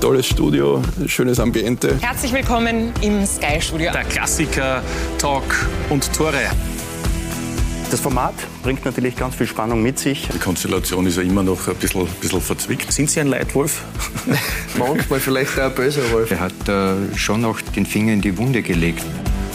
tolles Studio, schönes Ambiente. Herzlich willkommen im Sky-Studio. Der Klassiker Talk und Tore. Das Format bringt natürlich ganz viel Spannung mit sich. Die Konstellation ist ja immer noch ein bisschen verzwickt. Sind Sie ein Leitwolf? Manchmal vielleicht auch ein böser Wolf. Er hat schon auch den Finger in die Wunde gelegt.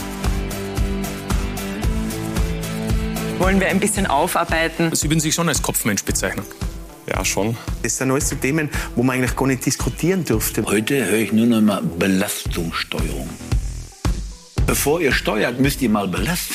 Wollen wir ein bisschen aufarbeiten? Sie würden sich schon als Kopfmensch bezeichnen. Ja, schon. Das sind alles so Themen, wo man eigentlich gar nicht diskutieren dürfte. Heute höre ich nur noch mal Belastungssteuerung. Bevor ihr steuert, müsst ihr mal belasten.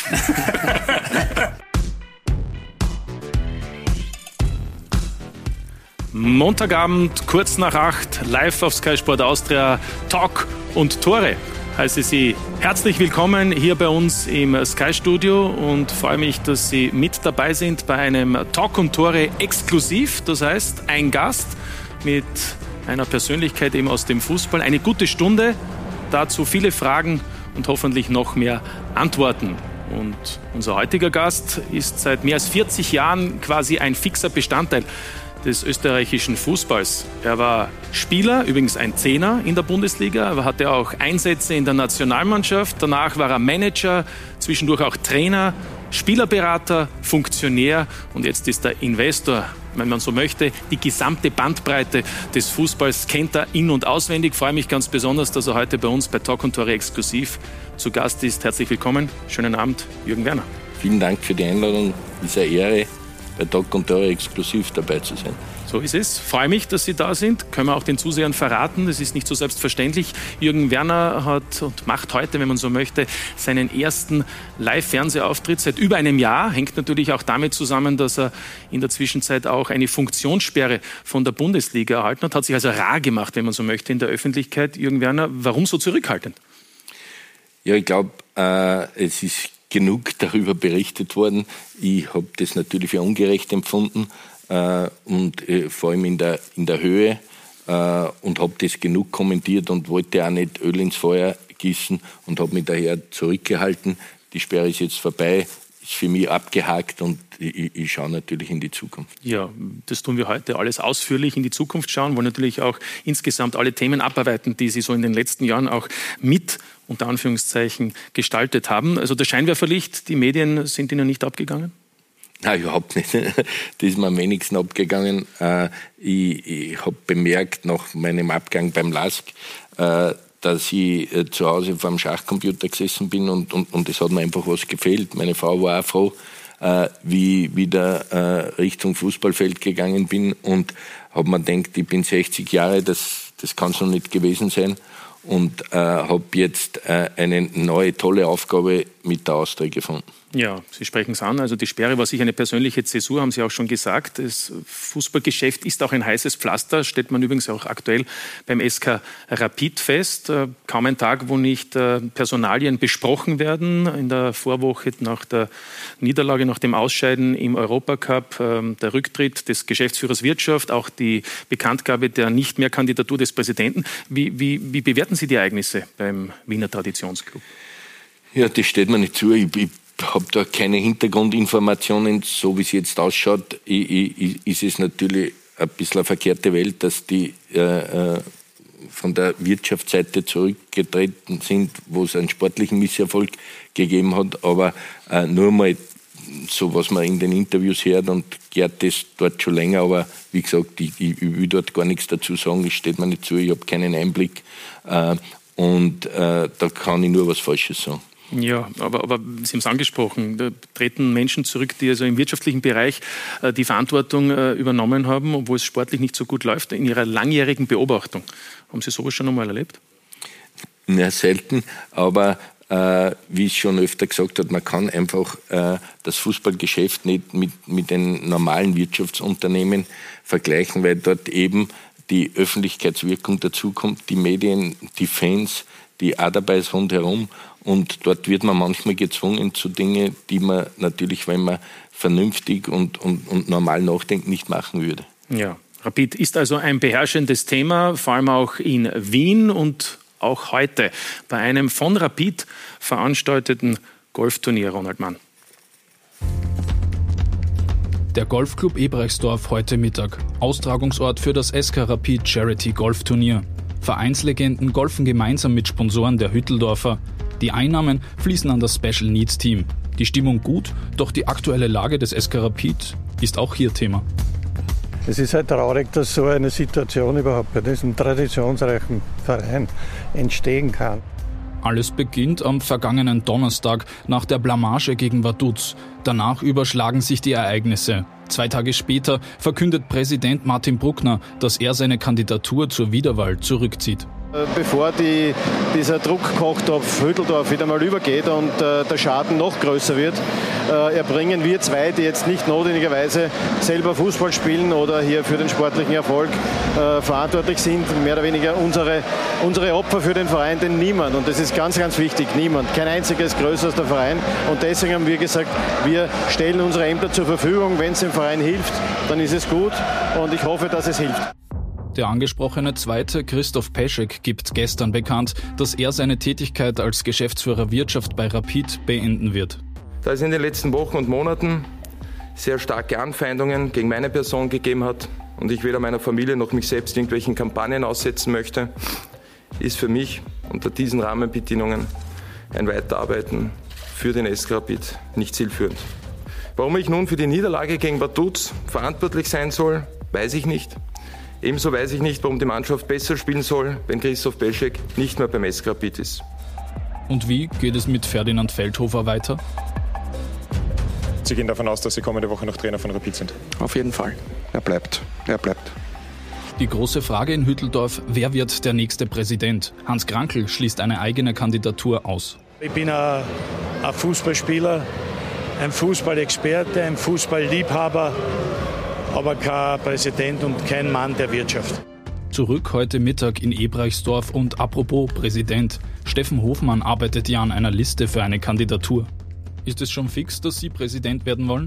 Montagabend, kurz nach 8, live auf Sky Sport Austria, Talk und Tore. Heiße Sie herzlich willkommen hier bei uns im Sky-Studio und freue mich, dass Sie mit dabei sind bei einem Talk und Tore exklusiv. Das heißt, ein Gast mit einer Persönlichkeit eben aus dem Fußball. Eine gute Stunde, dazu viele Fragen und hoffentlich noch mehr Antworten. Und unser heutiger Gast ist seit mehr als 40 Jahren quasi ein fixer Bestandteil des österreichischen Fußballs. Er war Spieler, übrigens ein Zehner in der Bundesliga, aber hatte auch Einsätze in der Nationalmannschaft. Danach war er Manager, zwischendurch auch Trainer, Spielerberater, Funktionär und jetzt ist er Investor, wenn man so möchte. Die gesamte Bandbreite des Fußballs kennt er in- und auswendig. Ich freue mich ganz besonders, dass er heute bei uns bei Talk und Tore exklusiv zu Gast ist. Herzlich willkommen. Schönen Abend, Jürgen Werner. Vielen Dank für die Einladung. Es ist eine Ehre, bei Talk und Tore exklusiv dabei zu sein. So ist es. Freue mich, dass Sie da sind. Können wir auch den Zusehern verraten. Das ist nicht so selbstverständlich. Jürgen Werner hat und macht heute, wenn man so möchte, seinen ersten Live-Fernsehauftritt seit über einem Jahr. Hängt natürlich auch damit zusammen, dass er in der Zwischenzeit auch eine Funktionssperre von der Bundesliga erhalten hat. Hat sich also rar gemacht, wenn man so möchte, in der Öffentlichkeit. Jürgen Werner, warum so zurückhaltend? Ja, ich glaube, es ist genug darüber berichtet worden. Ich habe das natürlich für ungerecht empfunden und vor allem in der Höhe und habe das genug kommentiert und wollte auch nicht Öl ins Feuer gießen und habe mich daher zurückgehalten. Die Sperre ist jetzt vorbei, ist für mich abgehakt und ich schaue natürlich in die Zukunft. Ja, das tun wir heute alles ausführlich in die Zukunft schauen, wollen natürlich auch insgesamt alle Themen abarbeiten, die Sie so in den letzten Jahren auch mit, unter Anführungszeichen, gestaltet haben. Also das Scheinwerferlicht, die Medien sind Ihnen nicht abgegangen? Nein, überhaupt nicht. Das ist mir am wenigsten abgegangen. Ich habe bemerkt, nach meinem Abgang beim LASK, dass ich zu Hause vor dem Schachcomputer gesessen bin und es hat mir einfach was gefehlt. Meine Frau war auch froh, wie ich wieder Richtung Fußballfeld gegangen bin und habe mir gedacht, ich bin 60 Jahre, das kann es noch nicht gewesen sein und habe jetzt eine neue, tolle Aufgabe mit der Austria gefunden. Ja, Sie sprechen es an. Also die Sperre war sicher eine persönliche Zäsur, haben Sie auch schon gesagt. Das Fußballgeschäft ist auch ein heißes Pflaster, stellt man übrigens auch aktuell beim SK Rapid fest. Kaum ein Tag, wo nicht Personalien besprochen werden. In der Vorwoche nach der Niederlage, nach dem Ausscheiden im Europacup, der Rücktritt des Geschäftsführers Wirtschaft, auch die Bekanntgabe der Nicht-mehr-Kandidatur des Präsidenten. Wie bewerten Sie die Ereignisse beim Wiener Traditionsclub? Ja, das steht mir nicht zu. Ich habe da keine Hintergrundinformationen. So wie es jetzt ausschaut, ist es natürlich ein bisschen eine verkehrte Welt, dass die von der Wirtschaftsseite zurückgetreten sind, wo es einen sportlichen Misserfolg gegeben hat. Aber nur mal so, was man in den Interviews hört und gehört das dort schon länger. Aber wie gesagt, ich will dort gar nichts dazu sagen. Das steht mir nicht zu. Ich habe keinen Einblick. Und da kann ich nur was Falsches sagen. Ja, aber Sie haben es angesprochen, da treten Menschen zurück, die also im wirtschaftlichen Bereich die Verantwortung übernommen haben, obwohl es sportlich nicht so gut läuft. In Ihrer langjährigen Beobachtung, haben Sie sowas schon einmal erlebt? Ja, selten, aber wie ich schon öfter gesagt habe, man kann einfach das Fußballgeschäft nicht mit den normalen Wirtschaftsunternehmen vergleichen, weil dort eben die Öffentlichkeitswirkung dazukommt, die Medien, die Fans, die auch dabei ist rundherum. Und dort wird man manchmal gezwungen zu Dingen, die man natürlich, wenn man vernünftig und normal nachdenkt, nicht machen würde. Ja, Rapid ist also ein beherrschendes Thema, vor allem auch in Wien und auch heute bei einem von Rapid veranstalteten Golfturnier, Ronald Mann. Der Golfclub Eberechtsdorf heute Mittag. Austragungsort für das SK Rapid Charity Golfturnier. Vereinslegenden golfen gemeinsam mit Sponsoren der Hütteldorfer. Die Einnahmen fließen an das Special Needs Team. Die Stimmung gut, doch die aktuelle Lage des SK Rapid ist auch hier Thema. Es ist halt traurig, dass so eine Situation überhaupt bei diesem traditionsreichen Verein entstehen kann. Alles beginnt am vergangenen Donnerstag nach der Blamage gegen Vaduz. Danach überschlagen sich die Ereignisse. 2 Tage später verkündet Präsident Martin Bruckner, dass er seine Kandidatur zur Wiederwahl zurückzieht. Bevor dieser Druckkochdorf Hütteldorf wieder mal übergeht und der Schaden noch größer wird, erbringen wir 2, die jetzt nicht notwendigerweise selber Fußball spielen oder hier für den sportlichen Erfolg verantwortlich sind, mehr oder weniger unsere Opfer für den Verein, denn niemand, und das ist ganz, ganz wichtig, niemand, kein einziger ist größer als der Verein, und deswegen haben wir gesagt, wir stellen unsere Ämter zur Verfügung, wenn es dem Verein hilft, dann ist es gut und ich hoffe, dass es hilft. Der angesprochene Zweite, Christoph Peschek, gibt gestern bekannt, dass er seine Tätigkeit als Geschäftsführer Wirtschaft bei Rapid beenden wird. Da es in den letzten Wochen und Monaten sehr starke Anfeindungen gegen meine Person gegeben hat und ich weder meiner Familie noch mich selbst irgendwelchen Kampagnen aussetzen möchte, ist für mich unter diesen Rahmenbedingungen ein Weiterarbeiten für den SK Rapid nicht zielführend. Warum ich nun für die Niederlage gegen Vaduz verantwortlich sein soll, weiß ich nicht. Ebenso weiß ich nicht, warum die Mannschaft besser spielen soll, wenn Christoph Peschek nicht mehr beim SK Rapid ist. Und wie geht es mit Ferdinand Feldhofer weiter? Sie gehen davon aus, dass Sie kommende Woche noch Trainer von Rapid sind? Auf jeden Fall. Er bleibt. Die große Frage in Hütteldorf, wer wird der nächste Präsident? Hans Krankl schließt eine eigene Kandidatur aus. Ich bin ein Fußballspieler, ein Fußballexperte, ein Fußballliebhaber, aber kein Präsident und kein Mann der Wirtschaft. Zurück heute Mittag in Ebrechtsdorf und apropos Präsident. Steffen Hofmann arbeitet ja an einer Liste für eine Kandidatur. Ist es schon fix, dass Sie Präsident werden wollen?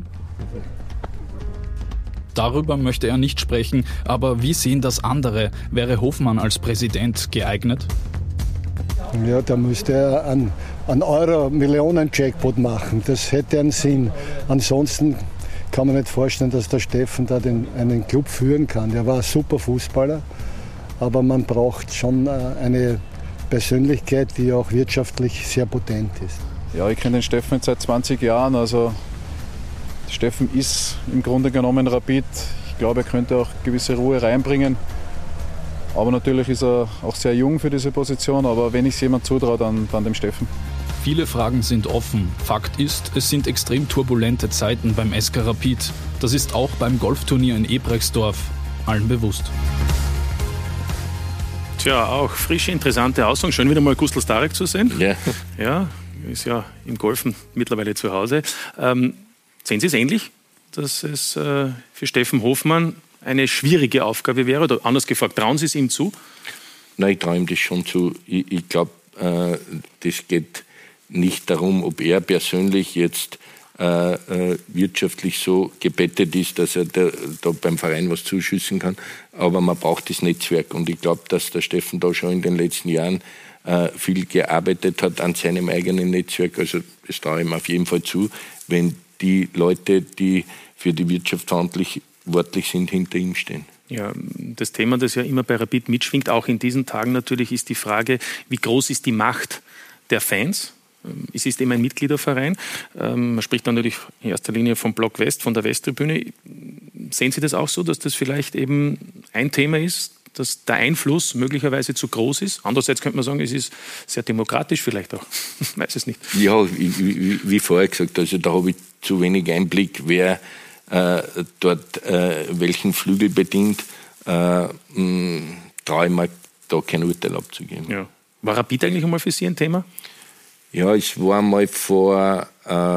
Darüber möchte er nicht sprechen, aber wie sehen das andere? Wäre Hofmann als Präsident geeignet? Ja, da müsste er einen Euro-Millionen-Jackpot machen. Das hätte einen Sinn. Ansonsten kann man nicht vorstellen, dass der Steffen da einen Club führen kann. Der war ein super Fußballer, aber man braucht schon eine Persönlichkeit, die auch wirtschaftlich sehr potent ist. Ja, ich kenne den Steffen jetzt seit 20 Jahren. Also Steffen ist im Grunde genommen Rapid. Ich glaube, er könnte auch gewisse Ruhe reinbringen. Aber natürlich ist er auch sehr jung für diese Position. Aber wenn ich es jemand zutraue, dann dem Steffen. Viele Fragen sind offen. Fakt ist, es sind extrem turbulente Zeiten beim SK Rapid. Das ist auch beim Golfturnier in Ebrechtsdorf allen bewusst. Tja, auch frische, interessante Aussagen. Schön, wieder mal Gustl Starek zu sehen. Ja, ist ja im Golfen mittlerweile zu Hause. Sehen Sie es ähnlich, dass es für Steffen Hofmann eine schwierige Aufgabe wäre? Oder anders gefragt, trauen Sie es ihm zu? Nein, ich traue ihm das schon zu. Ich glaube, das geht nicht darum, ob er persönlich jetzt wirtschaftlich so gebettet ist, dass er da beim Verein was zuschüssen kann. Aber man braucht das Netzwerk. Und ich glaube, dass der Steffen da schon in den letzten Jahren viel gearbeitet hat an seinem eigenen Netzwerk. Also das traue ich ihm auf jeden Fall zu, wenn die Leute, die für die Wirtschaft verantwortlich sind, hinter ihm stehen. Ja, das Thema, das ja immer bei Rapid mitschwingt, auch in diesen Tagen natürlich, ist die Frage, wie groß ist die Macht der Fans? Es ist eben ein Mitgliederverein. Man spricht dann natürlich in erster Linie vom Block West, von der Westtribüne. Sehen Sie das auch so, dass das vielleicht eben ein Thema ist, dass der Einfluss möglicherweise zu groß ist? Andererseits könnte man sagen, es ist sehr demokratisch vielleicht auch. Ich weiß es nicht. Ja, wie vorher gesagt, also da habe ich zu wenig Einblick, wer dort welchen Flügel bedient. Traue ich mir da kein Urteil abzugeben. Ja. War Rapid eigentlich einmal für Sie ein Thema? Ja, es war mal vor,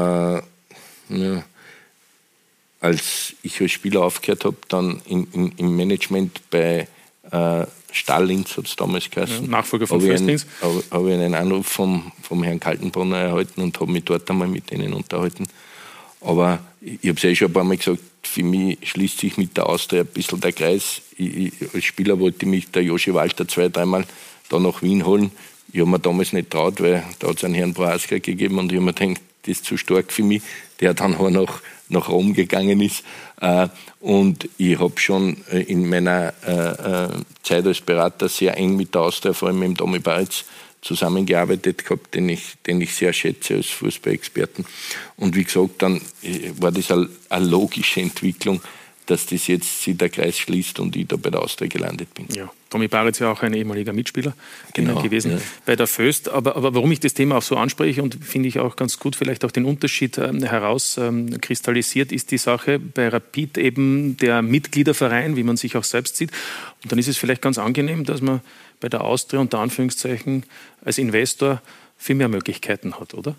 als ich als Spieler aufgehört habe, dann im Management bei Stallings, hat es damals geheißen. Ja, Nachfolger von Föstlings. Habe ich einen Anruf vom Herrn Kaltenbrunner erhalten und habe mich dort einmal mit denen unterhalten. Aber ich habe es schon ein paar Mal gesagt, für mich schließt sich mit der Austria ein bisschen der Kreis. Als Spieler wollte mich der Joshi Walter 2-3 Mal da nach Wien holen. Ich habe mir damals nicht getraut, weil da hat es einen Herrn Prohaska gegeben und ich habe mir gedacht, das zu stark für mich, der dann auch nach Rom gegangen ist. Und ich habe schon in meiner Zeit als Berater sehr eng mit der Austria, vor allem mit dem Tomi Baritz, zusammengearbeitet gehabt, den ich sehr schätze als Fußballexperten. Und wie gesagt, dann war das eine logische Entwicklung, dass das jetzt sich der Kreis schließt und ich da bei der Austria gelandet bin. Ja, Tomi Baritz ja auch ein ehemaliger Mitspieler gewesen ja. Bei der Föst. Aber warum ich das Thema auch so anspreche und finde ich auch ganz gut vielleicht auch den Unterschied herauskristallisiert, ist die Sache bei Rapid eben der Mitgliederverein, wie man sich auch selbst sieht. Und dann ist es vielleicht ganz angenehm, dass man bei der Austria unter Anführungszeichen als Investor viel mehr Möglichkeiten hat, oder?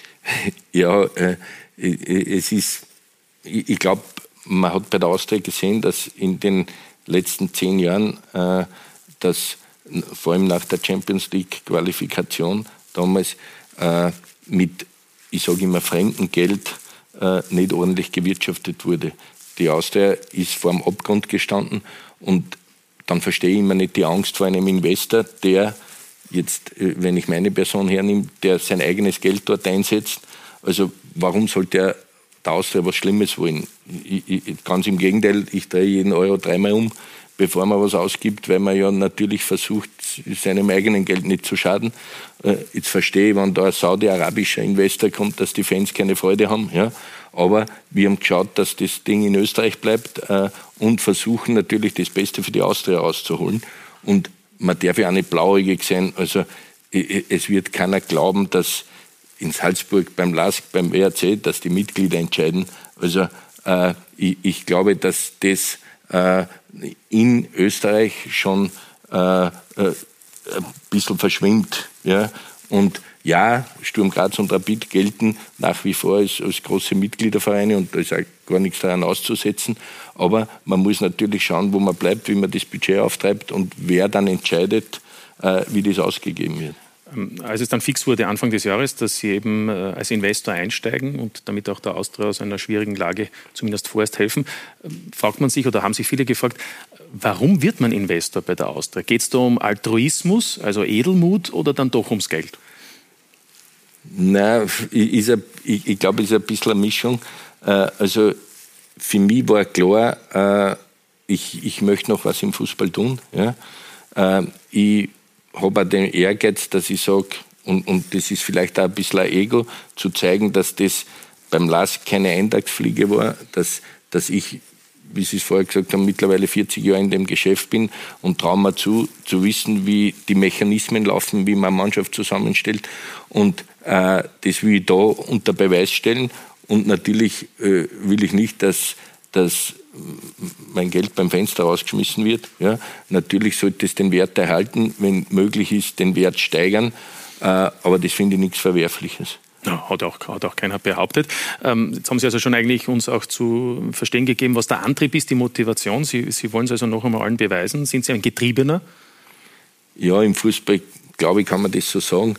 Ja, es ist, ich glaube, man hat bei der Austria gesehen, dass in den letzten 10 Jahren, dass vor allem nach der Champions League Qualifikation damals mit, ich sage immer, Fremdengeld nicht ordentlich gewirtschaftet wurde. Die Austria ist vor dem Abgrund gestanden und dann verstehe ich immer nicht die Angst vor einem Investor, der jetzt, wenn ich meine Person hernehme, der sein eigenes Geld dort einsetzt. Also warum sollte er der Austria was Schlimmes wollen? Ganz im Gegenteil, ich drehe jeden Euro 3-mal um, bevor man was ausgibt, weil man ja natürlich versucht, seinem eigenen Geld nicht zu schaden. Jetzt verstehe ich, wenn da ein saudi-arabischer Investor kommt, dass die Fans keine Freude haben. Ja. Aber wir haben geschaut, dass das Ding in Österreich bleibt und versuchen natürlich das Beste für die Austria rauszuholen. Und man darf ja auch nicht blauäugig sein. Also es wird keiner glauben, dass in Salzburg beim LASK, beim WRC, dass die Mitglieder entscheiden. Also ich glaube, dass das in Österreich schon ein bisschen verschwimmt. Ja? Und ja, Sturm Graz und Rapid gelten nach wie vor als große Mitgliedervereine und da ist auch gar nichts daran auszusetzen. Aber man muss natürlich schauen, wo man bleibt, wie man das Budget auftreibt und wer dann entscheidet, wie das ausgegeben wird. Als es dann fix wurde, Anfang des Jahres, dass Sie eben als Investor einsteigen und damit auch der Austria aus einer schwierigen Lage zumindest vorerst helfen, fragt man sich oder haben sich viele gefragt, warum wird man Investor bei der Austria? Geht es da um Altruismus, also Edelmut oder dann doch ums Geld? Nein, ich glaube, es ist ein bisschen eine Mischung. Also für mich war klar, ich möchte noch was im Fußball tun. Ja? Ich habe auch den Ehrgeiz, dass ich sage, und das ist vielleicht auch ein bisschen ein Ego, zu zeigen, dass das beim LASK keine Eintagsfliege war, dass ich, wie Sie es vorher gesagt haben, mittlerweile 40 Jahre in dem Geschäft bin und traue mir zu wissen, wie die Mechanismen laufen, wie man eine Mannschaft zusammenstellt. Und das will ich da unter Beweis stellen. Und natürlich will ich nicht, dass mein Geld beim Fenster rausgeschmissen wird. Ja. Natürlich sollte es den Wert erhalten, wenn möglich ist, den Wert steigern. Aber das finde ich nichts Verwerfliches. Ja, hat auch keiner behauptet. Jetzt haben Sie also schon eigentlich uns auch zu verstehen gegeben, was der Antrieb ist, die Motivation. Sie wollen es also noch einmal allen beweisen. Sind Sie ein Getriebener? Ja, im Fußball, glaube ich, kann man das so sagen.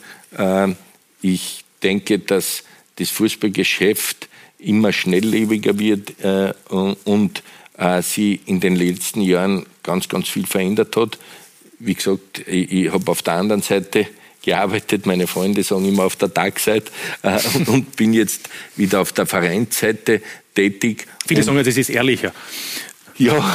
Ich denke, dass das Fußballgeschäft immer schnelllebiger wird und sie in den letzten Jahren ganz, ganz viel verändert hat. Wie gesagt, ich habe auf der anderen Seite gearbeitet, meine Freunde sagen immer auf der Tagseite und bin jetzt wieder auf der Vereinsseite tätig. Viele sagen, das ist ehrlicher. Ja,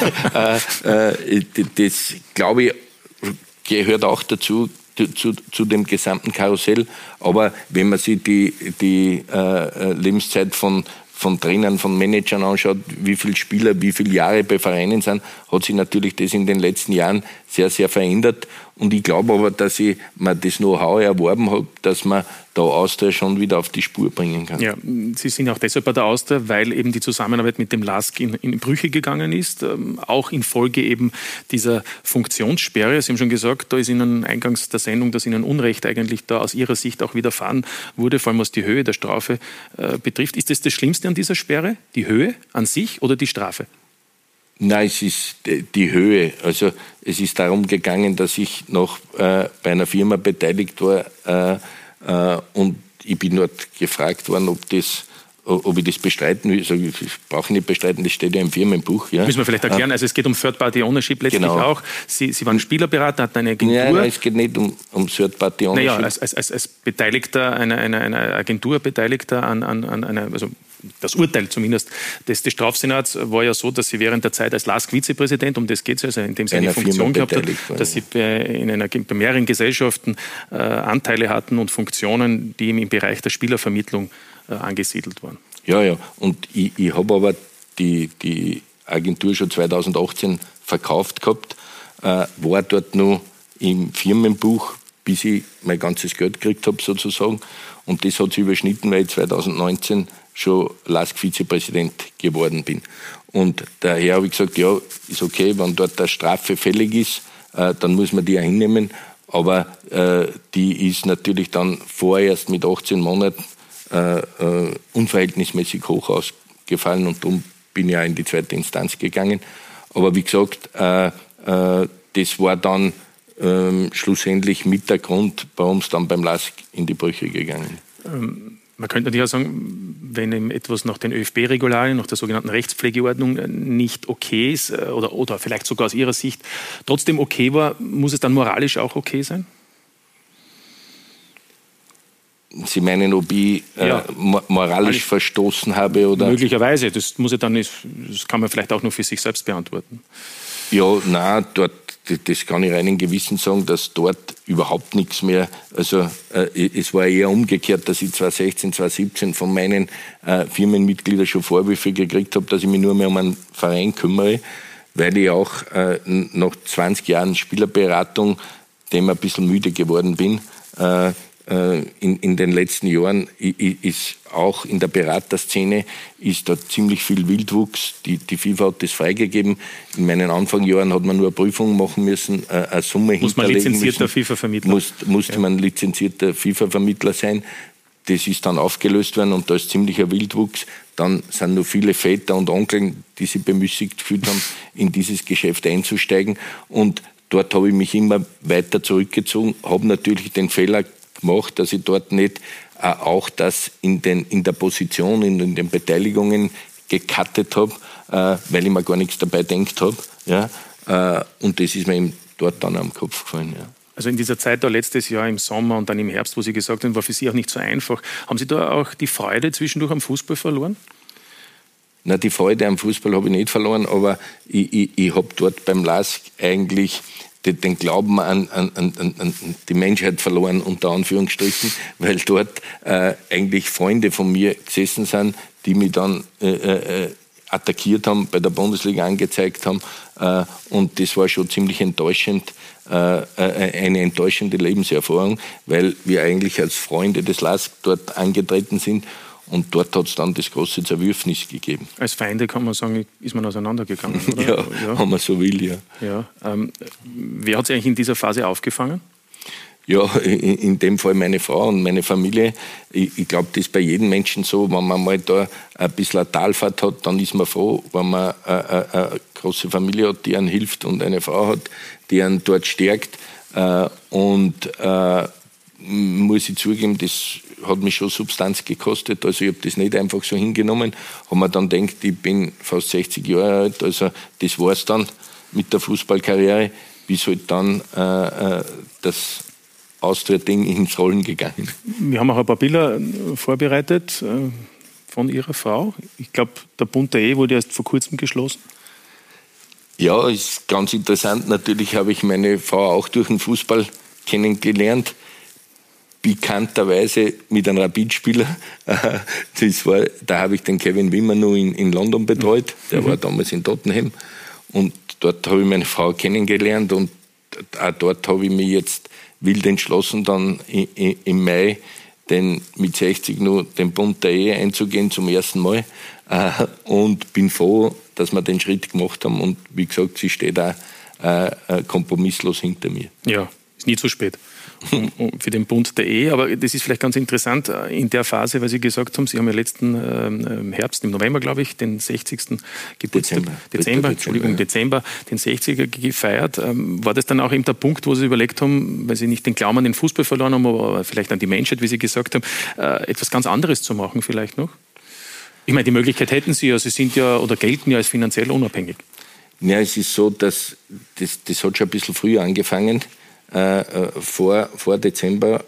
das glaube ich gehört auch dazu, zu dem gesamten Karussell. Aber wenn man sich die Lebenszeit von Trainern, von Managern anschaut, wie viele Spieler, wie viele Jahre bei Vereinen sind, hat sich natürlich das in den letzten Jahren sehr, sehr verändert. Und ich glaube aber, dass ich mir das Know-how erworben habe, dass man da Austria schon wieder auf die Spur bringen kann. Ja, Sie sind auch deshalb bei der Austria, weil eben die Zusammenarbeit mit dem LASK in Brüche gegangen ist, auch infolge eben dieser Funktionssperre. Sie haben schon gesagt, da ist Ihnen eingangs der Sendung, dass Ihnen Unrecht eigentlich da aus Ihrer Sicht auch widerfahren wurde, vor allem was die Höhe der Strafe betrifft. Ist das Schlimmste an dieser Sperre? Die Höhe an sich oder die Strafe? Nein, es ist die Höhe. Also es ist darum gegangen, dass ich noch bei einer Firma beteiligt war und ich bin dort gefragt worden, ob ob ich das bestreiten will, sage ich brauche nicht bestreiten, das steht ja im Firmenbuch. Ja. Müssen wir vielleicht erklären, also es geht um Third-Party-Ownership letztlich auch. Sie waren Spielerberater, hatten eine Agentur. Nein, es geht nicht um Third-Party-Ownership. Naja, als Beteiligter, eine Agentur Beteiligter an einer, also das Urteil zumindest des Strafsenats war ja so, dass Sie während der Zeit als LASK-Vizepräsident, um das geht es also, indem Sie eine Funktion gehabt haben, dass Sie bei mehreren Gesellschaften Anteile hatten und Funktionen, die im Bereich der Spielervermittlung angesiedelt waren. Ja, und ich habe aber die Agentur schon 2018 verkauft gehabt, war dort noch im Firmenbuch, bis ich mein ganzes Geld gekriegt habe sozusagen, und das hat sich überschnitten, weil ich 2019 schon LASK-Vizepräsident geworden bin. Und daher habe ich gesagt, ja, ist okay, wenn dort eine Strafe fällig ist, dann muss man die auch hinnehmen, aber die ist natürlich dann vorerst mit 18 Monaten unverhältnismäßig hoch ausgefallen und darum bin ich auch in die zweite Instanz gegangen. Aber wie gesagt, das war dann schlussendlich mit der Grund, warum es dann beim LASK in die Brüche gegangen ist. Man könnte natürlich auch sagen, wenn eben etwas nach den ÖFB-Regularien, nach der sogenannten Rechtspflegeordnung nicht okay ist oder vielleicht sogar aus Ihrer Sicht trotzdem okay war, muss es dann moralisch auch okay sein? Sie meinen, ob ich moralisch verstoßen habe? Oder? Möglicherweise. Das kann man vielleicht auch nur für sich selbst beantworten. Ja, nein, das kann ich reinen Gewissen sagen, dass dort überhaupt nichts mehr, also es war eher umgekehrt, dass ich 2016, 2017 von meinen Firmenmitgliedern schon Vorwürfe gekriegt habe, dass ich mich nur mehr um einen Verein kümmere, weil ich auch nach 20 Jahren Spielerberatung dem ein bisschen müde geworden bin. In den letzten Jahren ist auch in der Beraterszene ist da ziemlich viel Wildwuchs. Die FIFA hat das freigegeben. In meinen Anfangsjahren hat man nur eine Prüfung machen müssen, eine Summe hinterlegen müssen. Muss man lizenzierter FIFA-Vermittler? Musste man lizenzierter FIFA-Vermittler sein. Das ist dann aufgelöst worden und da ist ziemlicher Wildwuchs. Dann sind nur viele Väter und Onkel, die sich bemüßigt gefühlt haben, in dieses Geschäft einzusteigen. Und dort habe ich mich immer weiter zurückgezogen, habe natürlich den Fehler gemacht, dass ich dort nicht auch das in der Position, in den Beteiligungen gecuttet habe, weil ich mir gar nichts dabei gedacht habe. Ja? Und das ist mir eben dort dann am Kopf gefallen. Ja. Also in dieser Zeit da letztes Jahr im Sommer und dann im Herbst, wo Sie gesagt haben, war für Sie auch nicht so einfach. Haben Sie da auch die Freude zwischendurch am Fußball verloren? Na, die Freude am Fußball habe ich nicht verloren, aber ich habe dort beim LASK eigentlich den Glauben an die Menschheit verloren, unter Anführungsstrichen, weil dort eigentlich Freunde von mir gesessen sind, die mich dann attackiert haben, bei der Bundesliga angezeigt haben. Und das war schon ziemlich enttäuschend, eine enttäuschende Lebenserfahrung, weil wir eigentlich als Freunde des LASK dort angetreten sind. Und dort hat es dann das große Zerwürfnis gegeben. Als Feinde kann man sagen, ist man auseinandergegangen, oder? Ja, wenn man so will, ja. Wer hat Sie eigentlich in dieser Phase aufgefangen? Ja, in dem Fall meine Frau und meine Familie. Ich glaube, das ist bei jedem Menschen so, wenn man mal da ein bisschen eine Talfahrt hat, dann ist man froh, wenn man eine große Familie hat, die einen hilft und eine Frau hat, die einen dort stärkt. Und muss ich zugeben, das hat mich schon Substanz gekostet. Also ich habe das nicht einfach so hingenommen. Habe mir dann gedacht, ich bin fast 60 Jahre alt, also das war es dann mit der Fußballkarriere, bis halt dann das Austria-Ding ins Rollen gegangen. Wir haben auch ein paar Bilder vorbereitet von Ihrer Frau. Ich glaube, der Bund.de wurde erst vor kurzem geschlossen. Ja, ist ganz interessant. Natürlich habe ich meine Frau auch durch den Fußball kennengelernt. Bekannterweise mit einem Rapid-Spieler. Da habe ich den Kevin Wimmer noch in London betreut. Der war damals in Tottenham. Und dort habe ich meine Frau kennengelernt. Und auch dort habe ich mich jetzt wild entschlossen, dann im Mai mit 60 nur den Bund der Ehe einzugehen zum ersten Mal. Und bin froh, dass wir den Schritt gemacht haben. Und wie gesagt, sie steht auch kompromisslos hinter mir. Ja, ist nie zu spät für den Bund.de, aber das ist vielleicht ganz interessant in der Phase, weil Sie gesagt haben, Sie haben ja letzten Herbst, im November, glaube ich, den 60. Geburtstag, Dezember, den 60er gefeiert. War das dann auch eben der Punkt, wo Sie überlegt haben, weil Sie nicht den Glauben an den Fußball verloren haben, aber vielleicht an die Menschheit, wie Sie gesagt haben, etwas ganz anderes zu machen vielleicht noch? Ich meine, die Möglichkeit hätten Sie ja, Sie sind ja oder gelten ja als finanziell unabhängig. Ja, es ist so, dass das hat schon ein bisschen früher angefangen, vor Dezember.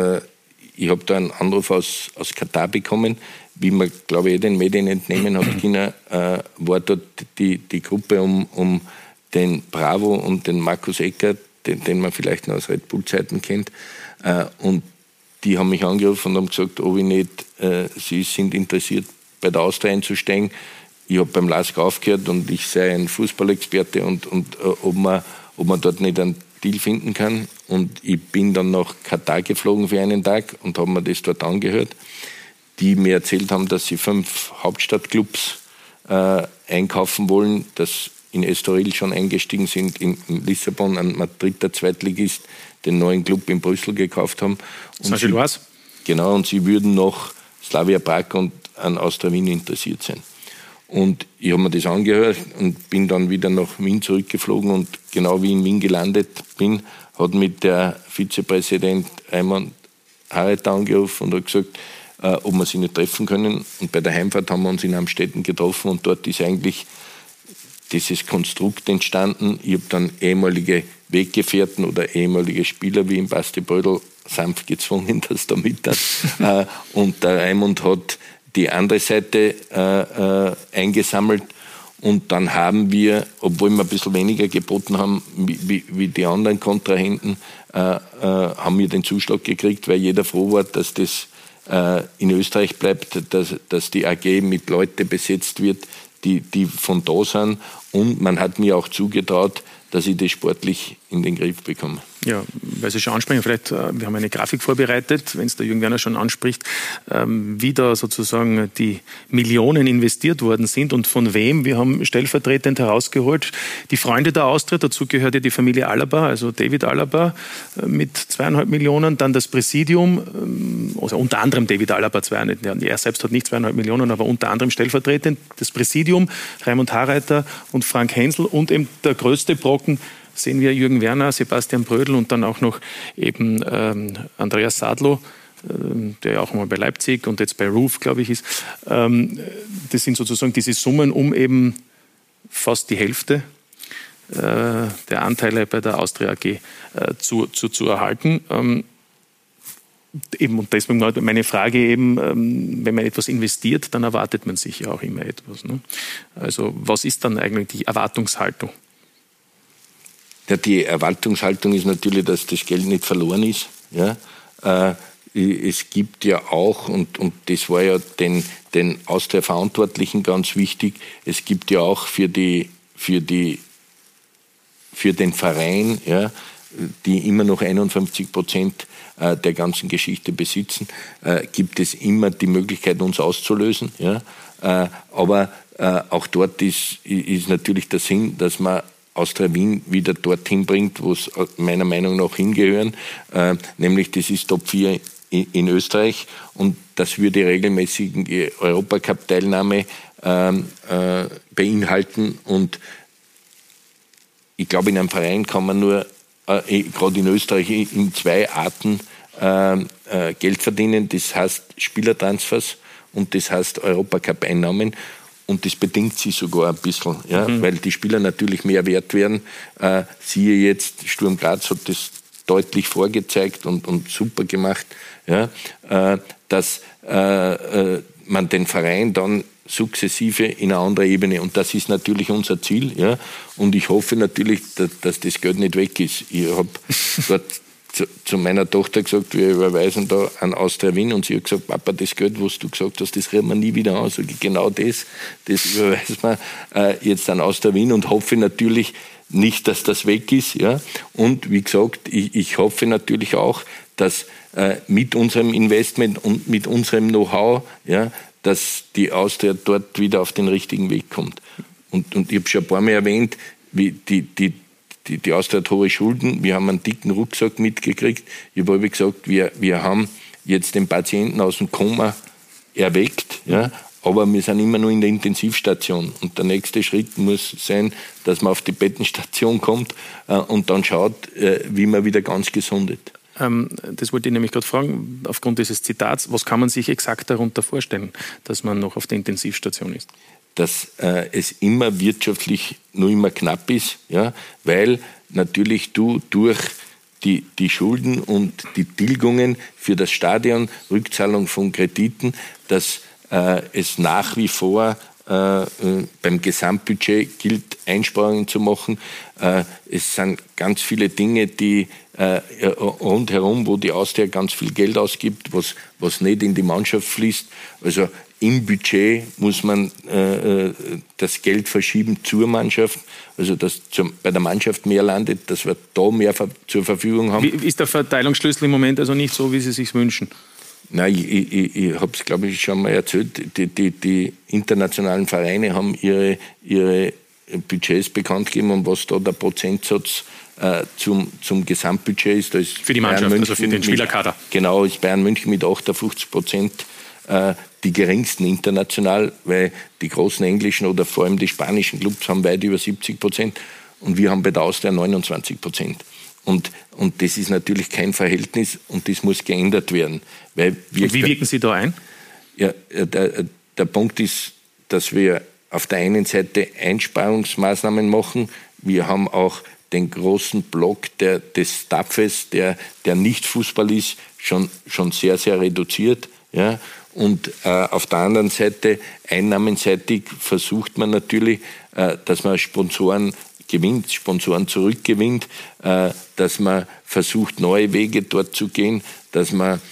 Ich habe da einen Anruf aus Katar bekommen, wie man, glaube ich, den Medien entnehmen hat können, war dort die Gruppe um den Bravo und den Markus Eckert, den man vielleicht noch aus Red Bull-Zeiten kennt. Und die haben mich angerufen und haben gesagt, ob ich nicht, sie sind interessiert, bei der Austria einzusteigen. Ich habe beim LASK aufgehört und ich sei ein Fußballexperte und ob man dort nicht einen Deal finden kann. Und ich bin dann nach Katar geflogen für einen Tag und habe mir das dort angehört, die mir erzählt haben, dass sie 5 Hauptstadtclubs einkaufen wollen, dass in Estoril schon eingestiegen sind, in Lissabon ein Madrider Zweitligist, den neuen Club in Brüssel gekauft haben. Saint-Gilloise? Genau, und sie würden noch Slavia Prag und an Austria Wien interessiert sein. Und ich habe mir das angehört und bin dann wieder nach Wien zurückgeflogen und genau wie ich in Wien gelandet bin, hat mit der Vizepräsident Raimund Harreiter angerufen und hat gesagt, ob wir sie nicht treffen können. Und bei der Heimfahrt haben wir uns in Amstetten getroffen und dort ist eigentlich dieses Konstrukt entstanden. Ich habe dann ehemalige Weggefährten oder ehemalige Spieler wie im Basti Brödel sanft gezwungen, dass da mit hat. Und der Raimund hat die andere Seite eingesammelt. Und dann haben wir, obwohl wir ein bisschen weniger geboten haben wie die anderen Kontrahenten, haben wir den Zuschlag gekriegt, weil jeder froh war, dass das in Österreich bleibt, dass die AG mit Leuten besetzt wird, die von da sind. Und man hat mir auch zugetraut, dass ich das sportlich in den Griff bekomme. Ja, weil Sie schon ansprechen, vielleicht, wir haben eine Grafik vorbereitet, wenn es der Jürgen Werner schon anspricht, wie da sozusagen die Millionen investiert worden sind und von wem. Wir haben stellvertretend herausgeholt, die Freunde der Austria, dazu gehört ja die Familie Alaba, also David Alaba mit 2,5 Millionen, dann das Präsidium, also unter anderem David Alaba, er selbst hat nicht 2,5 Millionen, aber unter anderem stellvertretend das Präsidium, Raimund Harreiter und Frank Hensel und eben der größte Brocken sehen wir Jürgen Werner, Sebastian Brödel und dann auch noch eben Andreas Sadlo, der ja auch mal bei Leipzig und jetzt bei Roof, glaube ich, ist. Das sind sozusagen diese Summen, um eben fast die Hälfte der Anteile bei der Austria AG zu erhalten. Eben, und deswegen meine Frage eben, wenn man etwas investiert, dann erwartet man sich ja auch immer etwas. Ne? Also was ist dann eigentlich die Erwartungshaltung? Ja, die Erwartungshaltung ist natürlich, dass das Geld nicht verloren ist. Ja? Es gibt ja auch, und das war ja den Austria-Verantwortlichen ganz wichtig, es gibt ja auch für den Verein, ja, die immer noch 51% der ganzen Geschichte besitzen, gibt es immer die Möglichkeit, uns auszulösen. Ja? Aber auch dort ist natürlich der Sinn, dass man Austria Wien wieder dorthin bringt, wo es meiner Meinung nach hingehören, nämlich das ist Top 4 in Österreich und das würde regelmäßige Europacup-Teilnahme beinhalten und ich glaube, in einem Verein kann man nur, gerade in Österreich, in 2 Arten Geld verdienen. Das heißt Spielertransfers und das heißt Europacup-Einnahmen. Und das bedingt sich sogar ein bisschen, ja, weil die Spieler natürlich mehr wert werden. Siehe jetzt, Sturm Graz hat das deutlich vorgezeigt und super gemacht, ja, dass man den Verein dann sukzessive in eine andere Ebene. Und das ist natürlich unser Ziel. Ja. Und ich hoffe natürlich, dass das Geld nicht weg ist. Ich habe dort zu meiner Tochter gesagt, wir überweisen da an Austria Wien und sie hat gesagt, Papa, das Geld, was du gesagt hast, das rühren wir nie wieder an. Sag ich, genau das überweisen wir jetzt an Austria Wien und hoffe natürlich nicht, dass das weg ist. Ja. Und wie gesagt, ich hoffe natürlich auch, dass mit unserem Investment und mit unserem Know-how, ja, dass die Austria dort wieder auf den richtigen Weg kommt. Und ich habe schon ein paar Mal erwähnt, wie die Austria hat hohe Schulden, wir haben einen dicken Rucksack mitgekriegt. Ich habe gesagt, wir haben jetzt den Patienten aus dem Koma erweckt, ja, aber wir sind immer nur in der Intensivstation. Und der nächste Schritt muss sein, dass man auf die Bettenstation kommt und dann schaut, wie man wieder ganz gesundet. Das wollte ich nämlich gerade fragen, aufgrund dieses Zitats, was kann man sich exakt darunter vorstellen, dass man noch auf der Intensivstation ist? Dass es immer wirtschaftlich nur immer knapp ist, ja, weil natürlich du durch die Schulden und die Tilgungen für das Stadion, Rückzahlung von Krediten, dass es nach wie vor beim Gesamtbudget gilt, Einsparungen zu machen. Es sind ganz viele Dinge, die rundherum, wo die Austria ganz viel Geld ausgibt, was nicht in die Mannschaft fließt. Also im Budget muss man das Geld verschieben zur Mannschaft, also dass bei der Mannschaft mehr landet, dass wir da mehr zur Verfügung haben. Wie ist der Verteilungsschlüssel im Moment also nicht so, wie Sie sich wünschen? Nein, ich habe es, glaube ich, schon mal erzählt. Die internationalen Vereine haben ihre Budgets bekannt gegeben, und was da der Prozentsatz zum Gesamtbudget ist. Da ist für die Mannschaft, also für den Spielerkader. Genau, ist Bayern München mit 58% die geringsten international, weil die großen englischen oder vor allem die spanischen Clubs haben weit über 70% und wir haben bei der Austria 29%. Und das ist natürlich kein Verhältnis und das muss geändert werden. Weil und wie wirken Sie da ein? Ja, der Punkt ist, dass wir auf der einen Seite Einsparungsmaßnahmen machen. Wir haben auch den großen Block des Staffes, der nicht Fußball ist, schon sehr, sehr reduziert. Ja? Und auf der anderen Seite, einnahmenseitig, versucht man natürlich, dass man Sponsoren zurückgewinnt, dass man versucht, neue Wege dort zu gehen, dass man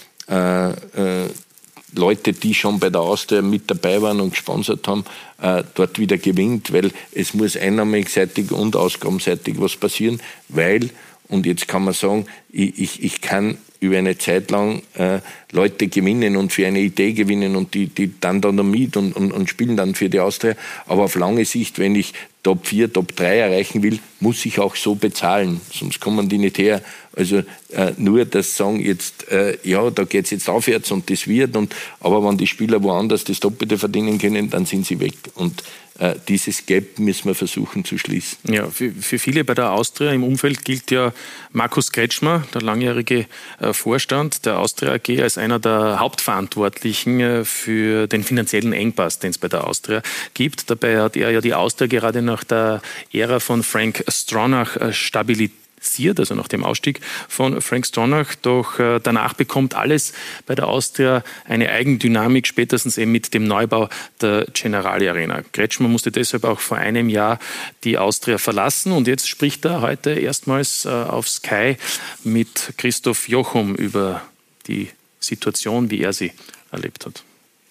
Leute, die schon bei der Austria mit dabei waren und gesponsert haben, dort wieder gewinnt, weil es muss einnahmenseitig und ausgabenseitig was passieren, weil, und jetzt kann man sagen, ich kann über eine Zeit lang Leute gewinnen und für eine Idee gewinnen und die dann noch mit und spielen dann für die Austria. Aber auf lange Sicht, wenn ich Top 4, Top 3 erreichen will, muss ich auch so bezahlen, sonst kommen die nicht her. Also nur das sagen jetzt, ja, da geht es jetzt aufwärts und das wird, aber wenn die Spieler woanders das Doppelte verdienen können, dann sind sie weg. Und dieses Gap müssen wir versuchen zu schließen. Ja, für viele bei der Austria im Umfeld gilt ja Markus Kretschmer, der langjährige Vorstand der Austria AG, als einer der Hauptverantwortlichen für den finanziellen Engpass, den es bei der Austria gibt. Dabei hat er ja die Austria gerade nach der Ära von Frank Stronach stabilisiert, also nach dem Ausstieg von Frank Stronach. Doch danach bekommt alles bei der Austria eine Eigendynamik, spätestens eben mit dem Neubau der Generali Arena. Kretschmer musste deshalb auch vor einem Jahr die Austria verlassen und jetzt spricht er heute erstmals auf Sky mit Christoph Jochum über die Situation, wie er sie erlebt hat.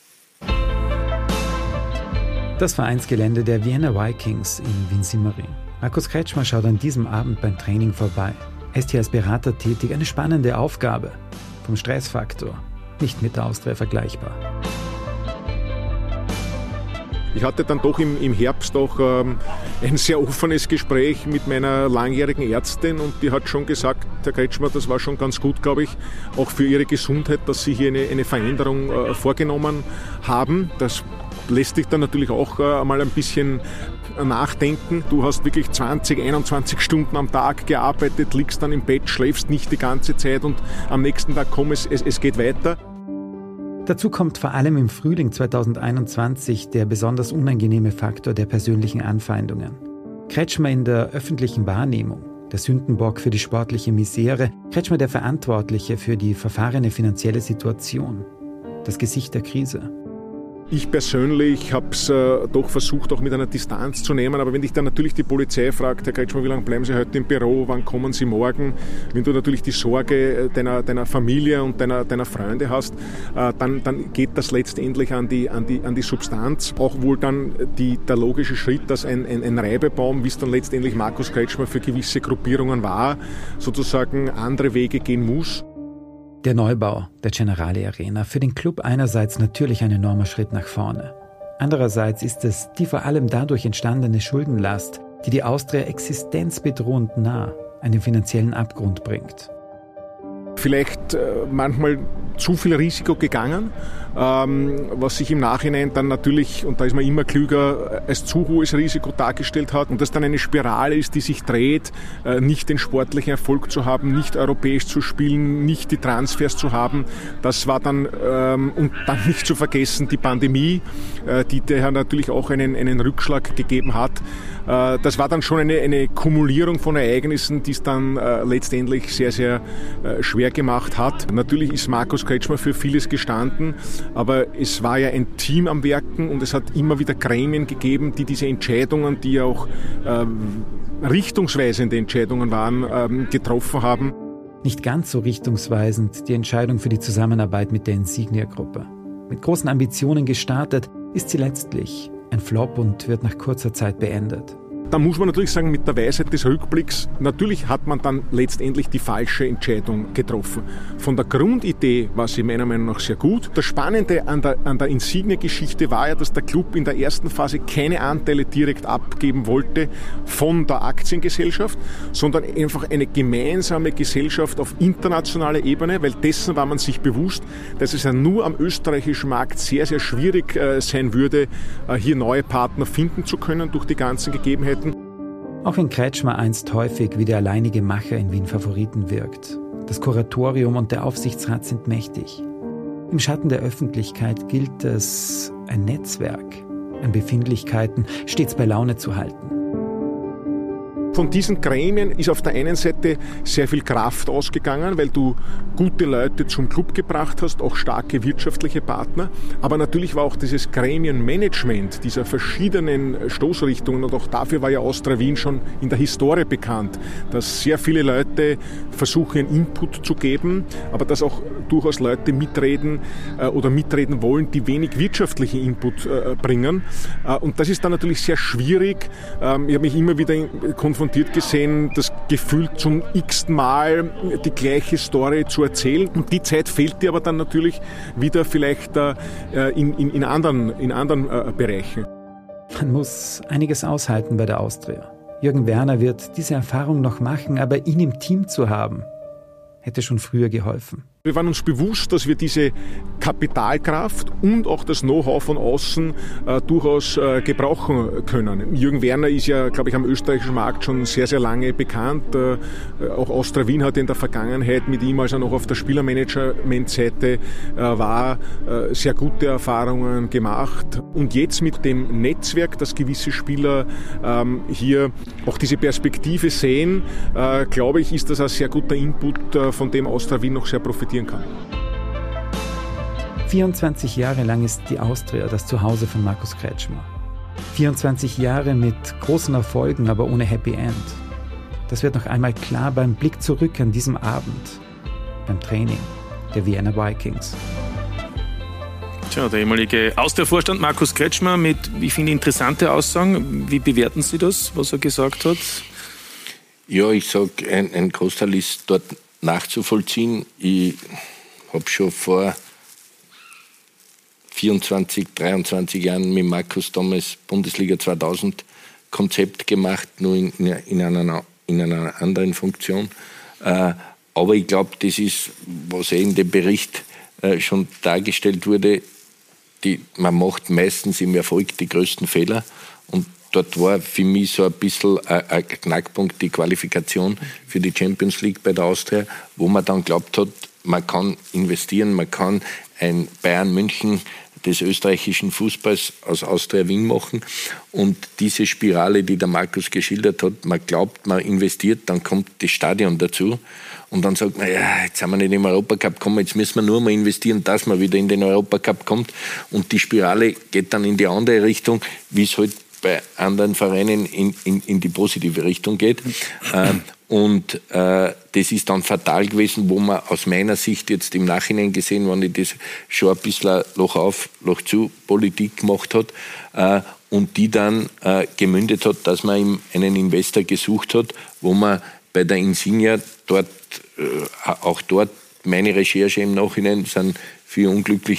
Das Vereinsgelände der Vienna Vikings in Wien-Simmering. Markus Kretschmer schaut an diesem Abend beim Training vorbei. Er ist hier als Berater tätig, eine spannende Aufgabe. Vom Stressfaktor nicht mit der Austria vergleichbar. Ich hatte dann doch im Herbst auch ein sehr offenes Gespräch mit meiner langjährigen Ärztin und die hat schon gesagt, Herr Kretschmer, das war schon ganz gut, glaube ich, auch für Ihre Gesundheit, dass Sie hier eine Veränderung vorgenommen haben. Das lässt dich dann natürlich auch mal ein bisschen nachdenken. Du hast wirklich 20, 21 Stunden am Tag gearbeitet, liegst dann im Bett, schläfst nicht die ganze Zeit und am nächsten Tag es geht weiter. Dazu kommt vor allem im Frühling 2021 der besonders unangenehme Faktor der persönlichen Anfeindungen. Kretschmer in der öffentlichen Wahrnehmung, der Sündenbock für die sportliche Misere, Kretschmer der Verantwortliche für die verfahrene finanzielle Situation, das Gesicht der Krise. Ich persönlich habe es doch versucht, auch mit einer Distanz zu nehmen. Aber wenn dich dann natürlich die Polizei fragt, Herr Kretschmer, wie lange bleiben Sie heute im Büro, wann kommen Sie morgen? Wenn du natürlich die Sorge deiner Familie und deiner Freunde hast, dann geht das letztendlich an die Substanz. Auch wohl dann der logische Schritt, dass ein Reibebaum, wie es dann letztendlich Markus Kretschmer für gewisse Gruppierungen war, sozusagen andere Wege gehen muss. Der Neubau der Generali Arena, für den Club einerseits natürlich ein enormer Schritt nach vorne. Andererseits ist es die vor allem dadurch entstandene Schuldenlast, die die Austria existenzbedrohend nah an den finanziellen Abgrund bringt. vielleicht manchmal zu viel Risiko gegangen, was sich im Nachhinein dann natürlich, und da ist man immer klüger, als zu hohes Risiko dargestellt hat und das dann eine Spirale ist, die sich dreht, nicht den sportlichen Erfolg zu haben, nicht europäisch zu spielen, nicht die Transfers zu haben. Das war dann, und dann nicht zu vergessen, die Pandemie, die daher natürlich auch einen Rückschlag gegeben hat. Das war dann schon eine Kumulierung von Ereignissen, die es dann letztendlich sehr, sehr schwer gemacht hat. Natürlich ist Markus Kretschmer für vieles gestanden, aber es war ja ein Team am Werken und es hat immer wieder Gremien gegeben, die diese Entscheidungen, die ja auch richtungsweisende Entscheidungen waren, getroffen haben. Nicht ganz so richtungsweisend die Entscheidung für die Zusammenarbeit mit der Insignia-Gruppe. Mit großen Ambitionen gestartet, ist sie letztlich ein Flop und wird nach kurzer Zeit beendet. Da muss man natürlich sagen, mit der Weisheit des Rückblicks, natürlich hat man dann letztendlich die falsche Entscheidung getroffen. Von der Grundidee war sie meiner Meinung nach sehr gut. Das Spannende an der Insigne-Geschichte war ja, dass der Club in der ersten Phase keine Anteile direkt abgeben wollte von der Aktiengesellschaft, sondern einfach eine gemeinsame Gesellschaft auf internationaler Ebene, weil dessen war man sich bewusst, dass es ja nur am österreichischen Markt sehr, sehr schwierig sein würde, hier neue Partner finden zu können durch die ganzen Gegebenheiten. Auch wenn Kretschmer einst häufig wie der alleinige Macher in Wien Favoriten wirkt, das Kuratorium und der Aufsichtsrat sind mächtig. Im Schatten der Öffentlichkeit gilt es, ein Netzwerk an Befindlichkeiten stets bei Laune zu halten. Von diesen Gremien ist auf der einen Seite sehr viel Kraft ausgegangen, weil du gute Leute zum Club gebracht hast, auch starke wirtschaftliche Partner. Aber natürlich war auch dieses Gremienmanagement dieser verschiedenen Stoßrichtungen, und auch dafür war ja Austria Wien schon in der Historie bekannt, dass sehr viele Leute versuchen, einen Input zu geben, aber dass auch durchaus Leute mitreden oder mitreden wollen, die wenig wirtschaftlichen Input bringen. Und das ist dann natürlich sehr schwierig. Ich habe mich immer wieder konfrontiert gesehen, das Gefühl zum x-ten Mal die gleiche Story zu erzählen. Und die Zeit fehlt dir aber dann natürlich wieder vielleicht in anderen Bereichen. Man muss einiges aushalten bei der Austria. Jürgen Werner wird diese Erfahrung noch machen, aber ihn im Team zu haben, hätte schon früher geholfen. Wir waren uns bewusst, dass wir diese Kapitalkraft und auch das Know-how von außen durchaus gebrauchen können. Jürgen Werner ist ja, glaube ich, am österreichischen Markt schon sehr, sehr lange bekannt. Auch Austria Wien hat in der Vergangenheit mit ihm, als er noch auf der Spielermanagement-Seite war, sehr gute Erfahrungen gemacht. Und jetzt mit dem Netzwerk, dass gewisse Spieler hier auch diese Perspektive sehen, glaube ich, ist das ein sehr guter Input, von dem Austria Wien noch sehr profitieren kann. 24 Jahre lang ist die Austria das Zuhause von Markus Kretschmer. 24 Jahre mit großen Erfolgen, aber ohne Happy End. Das wird noch einmal klar beim Blick zurück an diesem Abend, beim Training der Vienna Vikings. Tja, der ehemalige Austria-Vorstand Markus Kretschmer mit, ich finde, interessante Aussagen. Wie bewerten Sie das, was er gesagt hat? Ja, ich sage, ein Großteil ist dort nachzuvollziehen. Ich habe schon vor 24, 23 Jahren mit Markus damals Bundesliga 2000 Konzept gemacht, nur in einer anderen Funktion. Aber ich glaube, das ist, was in dem Bericht schon dargestellt wurde, man macht meistens im Erfolg die größten Fehler. Und dort war für mich so ein bisschen ein Knackpunkt die Qualifikation für die Champions League bei der Austria, wo man dann glaubt hat, man kann investieren, man kann ein Bayern München des österreichischen Fußballs aus Austria Wien machen. Und diese Spirale, die der Markus geschildert hat, man glaubt, man investiert, dann kommt das Stadion dazu. Und dann sagt man, ja, jetzt sind wir nicht im Europacup gekommen, jetzt müssen wir nur mal investieren, dass man wieder in den Europacup kommt. Und die Spirale geht dann in die andere Richtung, wie es halt bei anderen Vereinen in die positive Richtung geht. Und das ist dann fatal gewesen, wo man aus meiner Sicht jetzt im Nachhinein gesehen, wenn ich das schon ein bisschen Loch auf, Loch zu Politik gemacht hat und die dann gemündet hat, dass man ihm einen Investor gesucht hat, wo man bei der Insignia auch dort meine Recherche im Nachhinein sind viele unglückliche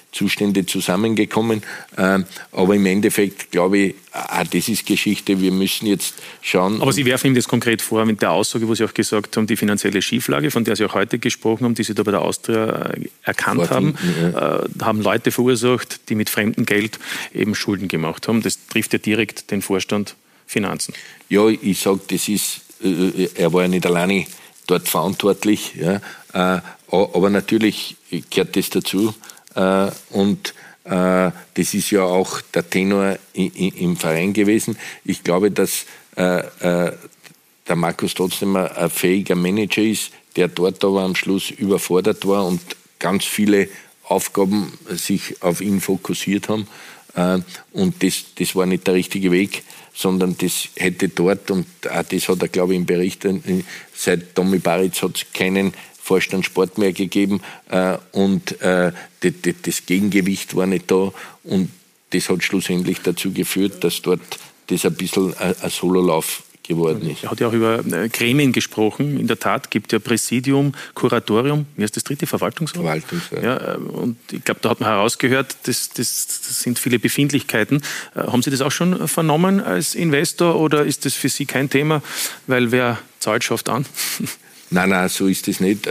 Zustände zusammengekommen. Aber im Endeffekt glaube ich, das ist Geschichte. Wir müssen jetzt schauen. Aber Sie werfen ihm das konkret vor mit der Aussage, wo Sie auch gesagt haben, die finanzielle Schieflage, von der Sie auch heute gesprochen haben, die Sie da bei der Austria erkannt haben, haben Leute verursacht, die mit fremdem Geld eben Schulden gemacht haben. Das trifft ja direkt den Vorstand Finanzen. Ja, ich sage, das ist, er war ja nicht alleine dort verantwortlich, ja, aber natürlich gehört das dazu und das ist ja auch der Tenor im Verein gewesen. Ich glaube, dass der Markus trotzdem ein fähiger Manager ist, der dort aber am Schluss überfordert war und ganz viele Aufgaben sich auf ihn fokussiert haben. Und das war nicht der richtige Weg, sondern das hätte dort, und auch das hat er, glaube ich, im Bericht, seit Tomi Baritz hat es keinen Vorstand Sport mehr gegeben und das Gegengewicht war nicht da und das hat schlussendlich dazu geführt, dass dort das ein bisschen ein Sololauf geworden ist. Er hat ja auch über Gremien gesprochen. In der Tat gibt ja Präsidium, Kuratorium, wie heißt das dritte? Verwaltungsrat? Verwaltungsrat. Ja, und ich glaube, da hat man herausgehört, das sind viele Befindlichkeiten. Haben Sie das auch schon vernommen als Investor oder ist das für Sie kein Thema? Weil wer zahlt, schafft an? Nein, so ist es nicht.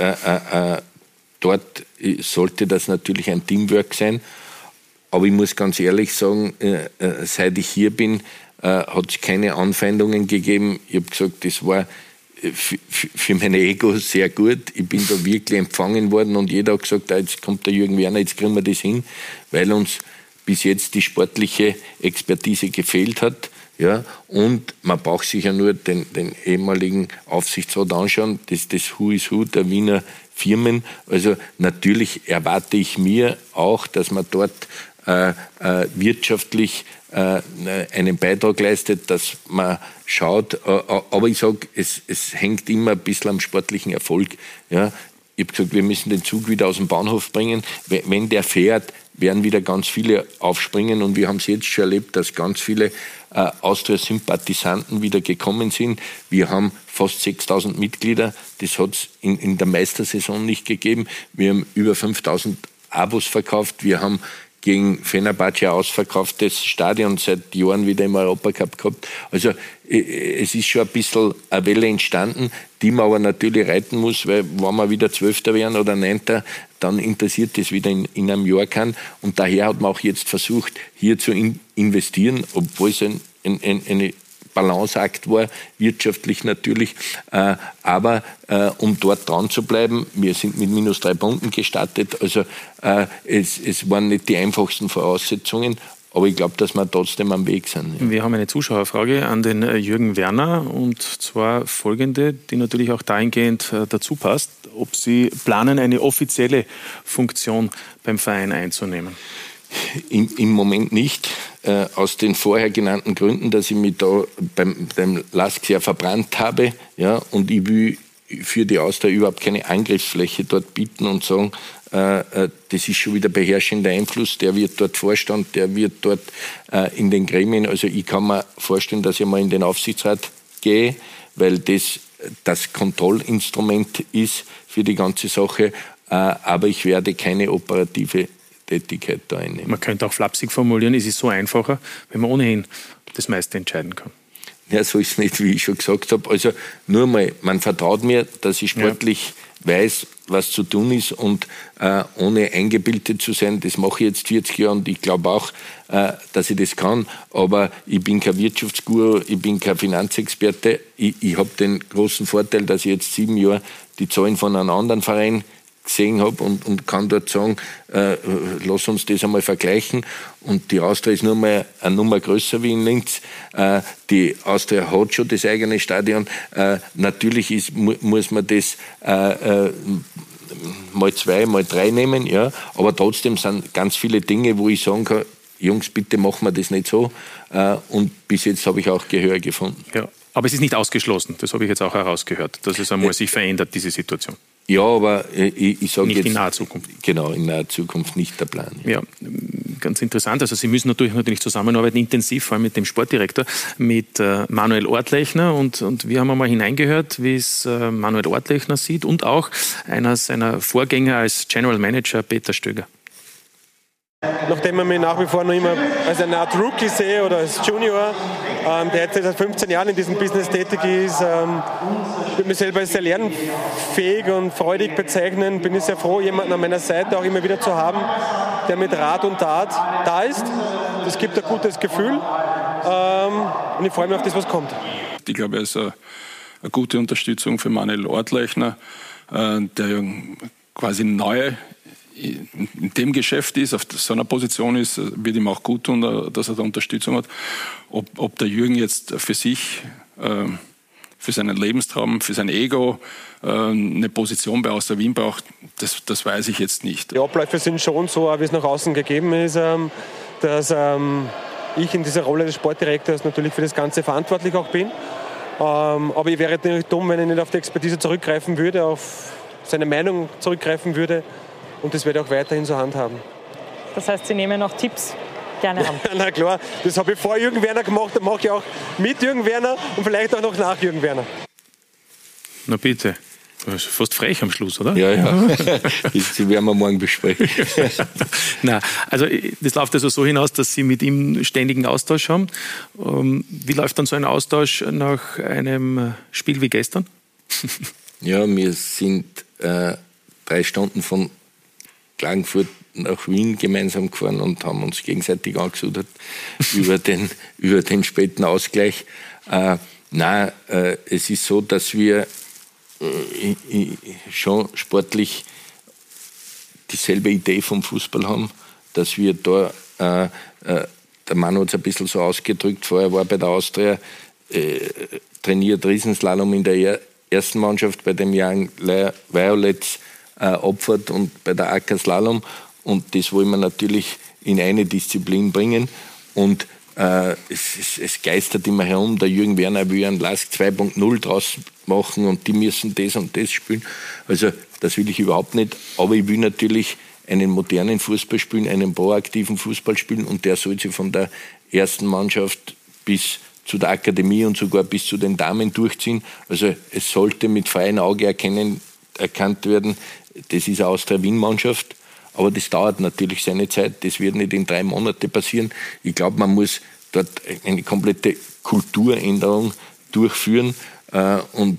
Dort sollte das natürlich ein Teamwork sein. Aber ich muss ganz ehrlich sagen, seit ich hier bin, hat es keine Anfeindungen gegeben. Ich habe gesagt, das war für mein Ego sehr gut. Ich bin da wirklich empfangen worden und jeder hat gesagt, jetzt kommt der Jürgen Werner, jetzt kriegen wir das hin, weil uns bis jetzt die sportliche Expertise gefehlt hat. Ja, und man braucht sich ja nur den ehemaligen Aufsichtsrat anschauen, das Who is Who der Wiener Firmen. Also natürlich erwarte ich mir auch, dass man dort wirtschaftlich einen Beitrag leistet, dass man schaut. Aber ich sage, es hängt immer ein bisschen am sportlichen Erfolg. Ja. Ich habe gesagt, wir müssen den Zug wieder aus dem Bahnhof bringen. Wenn der fährt, werden wieder ganz viele aufspringen. Und wir haben es jetzt schon erlebt, dass ganz viele Austria-Sympathisanten wieder gekommen sind. Wir haben fast 6.000 Mitglieder. Das hat es in der Meistersaison nicht gegeben. Wir haben über 5.000 Abos verkauft. Wir haben gegen Fenerbahce ausverkauftes Stadion seit Jahren wieder im Europacup gehabt. Also es ist schon ein bisschen eine Welle entstanden, die man aber natürlich reiten muss, weil wenn wir wieder 12. werden oder 9., dann interessiert das wieder in einem Jahr keinen. Und daher hat man auch jetzt versucht, hier zu investieren, obwohl es eine Balanceakt war, wirtschaftlich natürlich. Aber um dort dran zu bleiben, wir sind mit -3 Punkten gestartet. Also es waren nicht die einfachsten Voraussetzungen. Aber ich glaube, dass wir trotzdem am Weg sind. Ja. Wir haben eine Zuschauerfrage an den Jürgen Werner und zwar folgende, die natürlich auch dahingehend dazu passt, ob Sie planen, eine offizielle Funktion beim Verein einzunehmen. Im Moment nicht, aus den vorher genannten Gründen, dass ich mich da beim LASK sehr verbrannt habe, ja, und ich will für die Austria überhaupt keine Angriffsfläche dort bieten und sagen, das ist schon wieder beherrschender Einfluss, der wird dort Vorstand, der wird dort in den Gremien, also ich kann mir vorstellen, dass ich mal in den Aufsichtsrat gehe, weil das Kontrollinstrument ist für die ganze Sache, aber ich werde keine operative Tätigkeit da einnehmen. Man könnte auch flapsig formulieren, es ist so einfacher, wenn man ohnehin das meiste entscheiden kann. Ja, so ist es nicht, wie ich schon gesagt habe. Also nur mal, man vertraut mir, dass ich sportlich weiß, was zu tun ist und ohne eingebildet zu sein, das mache ich jetzt 40 Jahre und ich glaube auch, dass ich das kann, aber ich bin kein Wirtschaftsguru, ich bin kein Finanzexperte. Ich habe den großen Vorteil, dass ich jetzt 7 Jahre die Zahlen von einem anderen Verein gesehen habe und kann dort sagen, lass uns das einmal vergleichen. Und die Austria ist nur mal eine Nummer größer wie in Linz. Die Austria hat schon das eigene Stadion. Natürlich muss man das mal 2, mal 3 nehmen, ja. Aber trotzdem sind ganz viele Dinge, wo ich sagen kann, Jungs, bitte machen wir das nicht so. Und bis jetzt habe ich auch Gehör gefunden. Ja, aber es ist nicht ausgeschlossen, das habe ich jetzt auch herausgehört, dass es einmal sich verändert, diese Situation. Ja, aber ich sage jetzt... Nicht in naher Zukunft. Genau, in naher Zukunft nicht der Plan. Ja, ganz interessant. Also Sie müssen natürlich zusammenarbeiten, intensiv, vor allem mit dem Sportdirektor, mit Manuel Ortlechner. Und wir haben einmal hineingehört, wie es Manuel Ortlechner sieht und auch einer seiner Vorgänger als General Manager, Peter Stöger. Nachdem man mich nach wie vor noch immer als eine Art Rookie sehe oder als Junior, der jetzt seit 15 Jahren in diesem Business tätig ist, würde mich selber als sehr lernfähig und freudig bezeichnen. Bin ich sehr froh, jemanden an meiner Seite auch immer wieder zu haben, der mit Rat und Tat da ist. Das gibt ein gutes Gefühl und ich freue mich auf das, was kommt. Ich glaube, er ist eine gute Unterstützung für Manuel Ortlechner, der ja quasi neu in dem Geschäft ist, auf so einer Position ist, wird ihm auch gut tun, dass er da Unterstützung hat. Ob der Jürgen jetzt für sich, für seinen Lebenstraum, für sein Ego eine Position bei Austria Wien braucht, das weiß ich jetzt nicht. Die Abläufe sind schon so, wie es nach außen gegeben ist, dass ich in dieser Rolle des Sportdirektors natürlich für das Ganze verantwortlich auch bin. Aber ich wäre natürlich dumm, wenn ich nicht auf die Expertise zurückgreifen würde, auf seine Meinung zurückgreifen würde. Und das werde ich auch weiterhin so handhaben. Das heißt, Sie nehmen auch Tipps gerne an? Na klar, das habe ich vor Jürgen Werner gemacht, das mache ich auch mit Jürgen Werner und vielleicht auch noch nach Jürgen Werner. Na bitte. Das ist fast frech am Schluss, oder? Ja. Das werden wir morgen besprechen. Nein, also das läuft also so hinaus, dass Sie mit ihm ständigen Austausch haben. Wie läuft dann so ein Austausch nach einem Spiel wie gestern? Ja, wir sind 3 Stunden von Klagenfurt nach Wien gemeinsam gefahren und haben uns gegenseitig angesudert über den späten Ausgleich. Es ist so, dass wir schon sportlich dieselbe Idee vom Fußball haben, dass wir da, der Manu hat es ein bisschen so ausgedrückt, vorher war bei der Austria, trainiert Riesenslalom in der ersten Mannschaft, bei dem Young Violets Opfert und bei der AK Slalom, und das wollen wir natürlich in eine Disziplin bringen, und es geistert immer herum, der Jürgen Werner will einen Lask 2.0 draus machen und die müssen das und das spielen. Also das will ich überhaupt nicht, aber ich will natürlich einen modernen Fußball spielen, einen proaktiven Fußball spielen, und der soll sich von der ersten Mannschaft bis zu der Akademie und sogar bis zu den Damen durchziehen. Also es sollte mit freiem Auge erkannt werden, das ist eine Austria-Wien-Mannschaft, aber das dauert natürlich seine Zeit, das wird nicht in 3 Monaten passieren. Ich glaube, man muss dort eine komplette Kulturänderung durchführen, und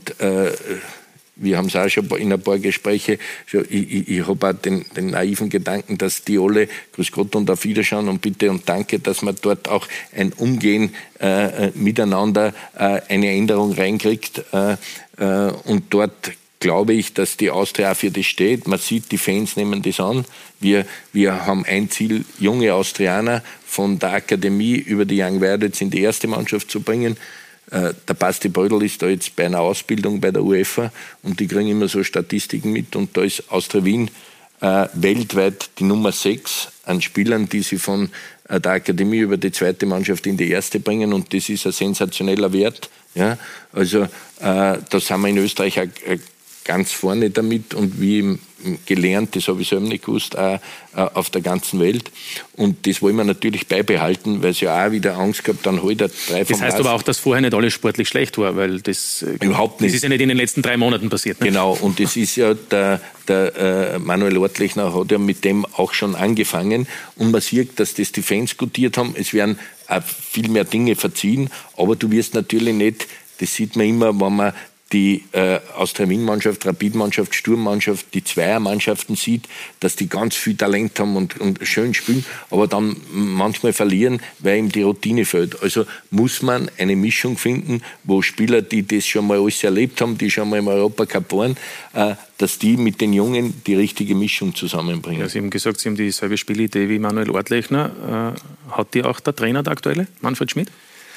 wir haben es auch schon in ein paar Gespräche, ich habe auch den naiven Gedanken, dass die alle grüß Gott und auf Wiederschauen und bitte und danke, dass man dort auch ein Umgehen miteinander, eine Änderung reinkriegt, und dort glaube ich, dass die Austria auch für das steht. Man sieht, die Fans nehmen das an. Wir haben ein Ziel, junge Austrianer von der Akademie über die Young Violets in die erste Mannschaft zu bringen. Der Basti Brödel ist da jetzt bei einer Ausbildung bei der UEFA, und die kriegen immer so Statistiken mit, und da ist Austria Wien weltweit die Nummer 6 an Spielern, die sie von der Akademie über die zweite Mannschaft in die erste bringen, und das ist ein sensationeller Wert. Ja? Also da sind wir in Österreich auch ganz vorne damit, und wie gelernt, das habe ich selber nicht gewusst, auch auf der ganzen Welt. Und das wollen wir natürlich beibehalten, weil es ja auch wieder Angst gehabt, dann holt er 3 vom Das heißt aber auch, dass vorher nicht alles sportlich schlecht war, weil das überhaupt nicht. Das ist ja nicht in den letzten 3 Monaten passiert. Ne? Genau, und das ist ja, der Manuel Ortlechner hat ja mit dem auch schon angefangen, und man sieht, dass das die Fans gutiert haben. Es werden auch viel mehr Dinge verziehen, aber du wirst natürlich nicht, das sieht man immer, wenn man die Austria-Wien-Mannschaft, Rapid-Mannschaft, Sturm-Mannschaft, die Zweiermannschaften sieht, dass die ganz viel Talent haben und schön spielen, aber dann manchmal verlieren, weil ihm die Routine fehlt. Also muss man eine Mischung finden, wo Spieler, die das schon mal alles erlebt haben, die schon mal im Europacup waren, dass die mit den Jungen die richtige Mischung zusammenbringen. Ja, Sie haben gesagt, Sie haben dieselbe Spielidee wie Manuel Ortlechner. Hat die auch der Trainer, der aktuelle, Manfred Schmidt?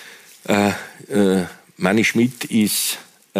Manni Schmidt ist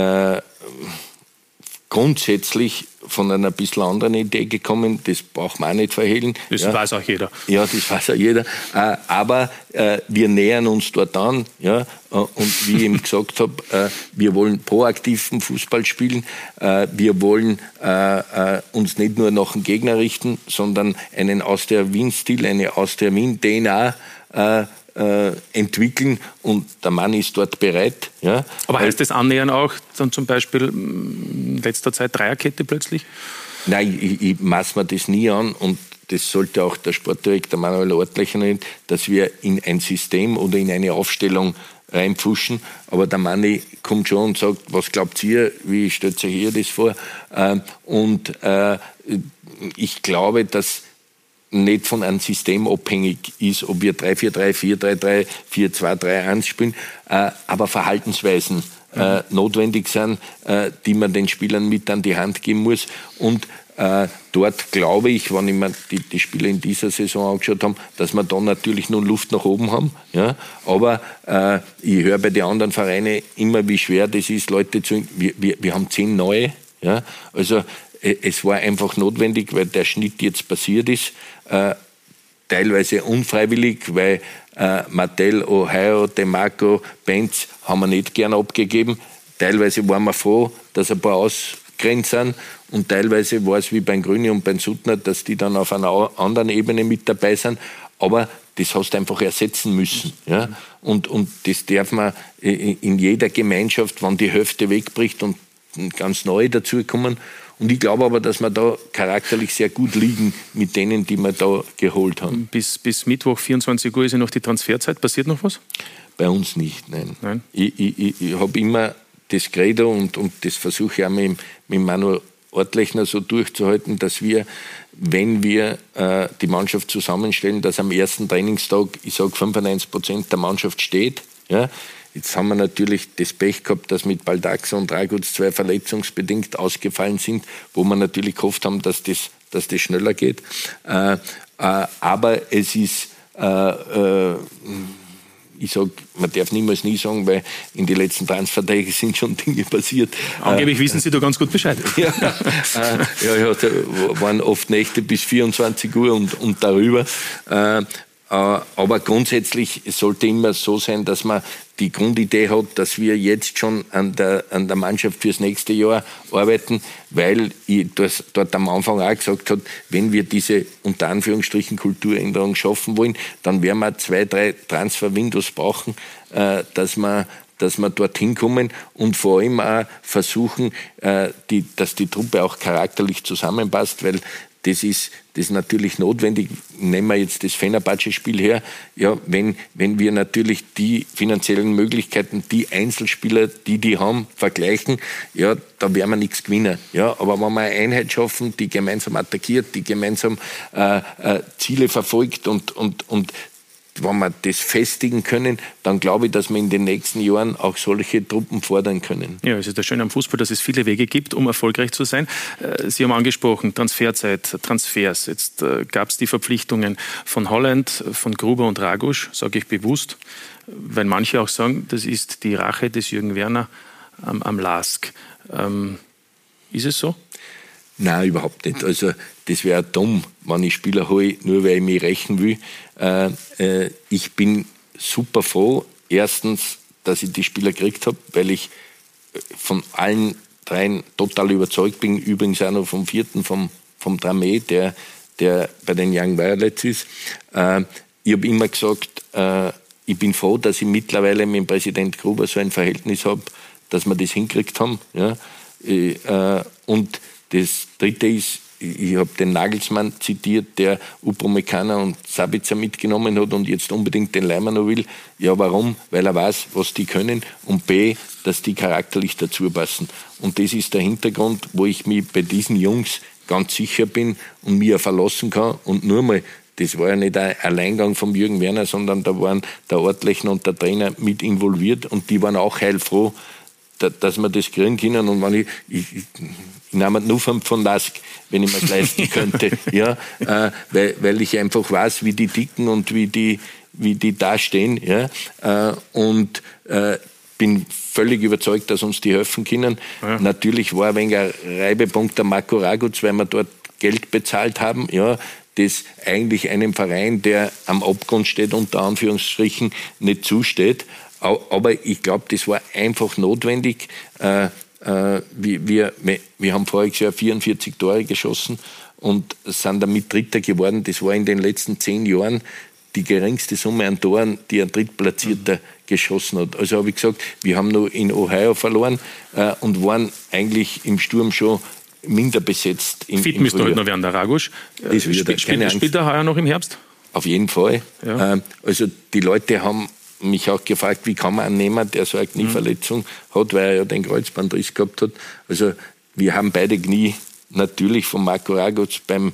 grundsätzlich von einer bisschen anderen Idee gekommen, das braucht man auch nicht verhehlen. Das weiß auch jeder. Ja, das weiß auch jeder. Aber wir nähern uns dort an. Ja, und wie ich eben gesagt habe, wir wollen proaktiven Fußball spielen. Wir wollen uns nicht nur nach dem Gegner richten, sondern einen Austria-Wien-Stil, eine Austria-Wien-DNA entwickeln, und der Mann ist dort bereit. Ja. Aber heißt das Annähern auch dann zum Beispiel in letzter Zeit Dreierkette plötzlich? Nein, ich maß mir das nie an, und das sollte auch der Sportdirektor Manuel Ortlecher nicht, dass wir in ein System oder in eine Aufstellung reinpfuschen. Aber der Manni kommt schon und sagt, was glaubt ihr, wie stellt sich ihr das vor? Ich glaube, dass nicht von einem System abhängig ist, ob wir 3-4-3, 4-3-3, 4-2-3-1 spielen, aber Verhaltensweisen notwendig sind, die man den Spielern mit an die Hand geben muss. Und dort glaube ich, wenn ich mir die Spiele in dieser Saison angeschaut habe, dass wir da natürlich noch Luft nach oben haben. Ja? Aber ich höre bei den anderen Vereinen immer, wie schwer das ist, Leute zu... Wir haben 10 neue. Ja? Also es war einfach notwendig, weil der Schnitt jetzt passiert ist. Teilweise unfreiwillig, weil Martel, Ohio, DeMarco, Benz haben wir nicht gern abgegeben. Teilweise waren wir froh, dass ein paar ausgrenzt sind. Und teilweise war es wie beim Grüni und beim Suttner, dass die dann auf einer anderen Ebene mit dabei sind. Aber das hast du einfach ersetzen müssen. Ja? Und das darf man in jeder Gemeinschaft, wenn die Hälfte wegbricht und ganz neue dazukommen. Und ich glaube aber, dass wir da charakterlich sehr gut liegen mit denen, die wir da geholt haben. Bis Mittwoch, 24 Uhr ist ja noch die Transferzeit. Passiert noch was? Bei uns nicht, nein. Ich habe immer das Credo und das versuche ich auch mit Manuel Ortlechner so durchzuhalten, dass wir, wenn wir die Mannschaft zusammenstellen, dass am ersten Trainingstag, ich sage 95% der Mannschaft steht. Ja. Jetzt haben wir natürlich das Pech gehabt, dass mit Baldaxa und Draguc 2 verletzungsbedingt ausgefallen sind, wo wir natürlich gehofft haben, dass das schneller geht. Aber es ist, ich sage, man darf niemals nie sagen, weil in den letzten Transfertagen sind schon Dinge passiert. Angeblich wissen Sie da ganz gut Bescheid. Ja, waren oft Nächte bis 24 Uhr und darüber. Aber grundsätzlich sollte immer so sein, dass man die Grundidee hat, dass wir jetzt schon an der Mannschaft fürs nächste Jahr arbeiten, weil ich das dort am Anfang auch gesagt habe, wenn wir diese unter Anführungsstrichen Kulturänderung schaffen wollen, dann werden wir 2-3 Transfer-Windows brauchen, dass wir dorthin kommen und vor allem auch versuchen, dass die Truppe auch charakterlich zusammenpasst, weil das ist natürlich notwendig. Nehmen wir jetzt das Fenerbahce-Spiel her. Ja, wenn wir natürlich die finanziellen Möglichkeiten, die Einzelspieler, die haben, vergleichen, ja, da werden wir nichts gewinnen. Ja, aber wenn wir eine Einheit schaffen, die gemeinsam attackiert, die gemeinsam Ziele verfolgt und wenn wir das festigen können, dann glaube ich, dass wir in den nächsten Jahren auch solche Truppen fordern können. Ja, es ist das Schöne am Fußball, dass es viele Wege gibt, um erfolgreich zu sein. Sie haben angesprochen, Transferzeit, Transfers. Jetzt gab es die Verpflichtungen von Holland, von Gruber und Ragusch, sage ich bewusst, weil manche auch sagen, das ist die Rache des Jürgen Werner am LASK. Ist es so? Nein, überhaupt nicht. Also das wäre dumm, wenn ich Spieler hole, nur weil ich mich rächen will. Ich bin super froh, erstens, dass ich die Spieler gekriegt habe, weil ich von allen dreien total überzeugt bin. Übrigens auch noch vom vierten, vom Dramé, der bei den Young Violets ist. Ich habe immer gesagt, ich bin froh, dass ich mittlerweile mit dem Präsident Gruber so ein Verhältnis habe, dass wir das hingekriegt haben. Ja? Und das Dritte ist, ich habe den Nagelsmann zitiert, der Upamecano und Sabitzer mitgenommen hat und jetzt unbedingt den Leimer noch will. Ja, warum? Weil er weiß, was die können und B, dass die charakterlich dazu passen. Und das ist der Hintergrund, wo ich mich bei diesen Jungs ganz sicher bin und mir verlassen kann. Und nur mal, das war ja nicht ein Alleingang vom Jürgen Werner, sondern da waren der Ortlechner und der Trainer mit involviert und die waren auch heilfroh, dass wir das kriegen können. Und wenn ich nehme nur von LASK, wenn ich mir das leisten könnte. Ja, weil ich einfach weiß, wie die ticken und wie die da stehen. Ja, und bin völlig überzeugt, dass uns die helfen können. Ja. Natürlich war ein wenig ein Reibepunkt der Marco Raguc, weil wir dort Geld bezahlt haben. Ja, das eigentlich einem Verein, der am Abgrund steht, unter Anführungsstrichen, nicht zusteht. Aber ich glaube, das war einfach notwendig. Wir haben voriges Jahr 44 Tore geschossen und sind damit Dritter geworden. Das war in den letzten 10 Jahren die geringste Summe an Toren, die ein Drittplatzierter geschossen hat. Also habe ich gesagt, wir haben noch in Ohio verloren und waren eigentlich im Sturm schon minder besetzt. Fit müsste heute noch werden, der Ragusch. Spielt er heuer noch im Herbst? Auf jeden Fall. Ja. Also die Leute haben mich auch gefragt, wie kann man einen nehmen, der so eine Knieverletzung hat, weil er ja den Kreuzbandriss gehabt hat. Also wir haben beide Knie natürlich von Marco Ragusch beim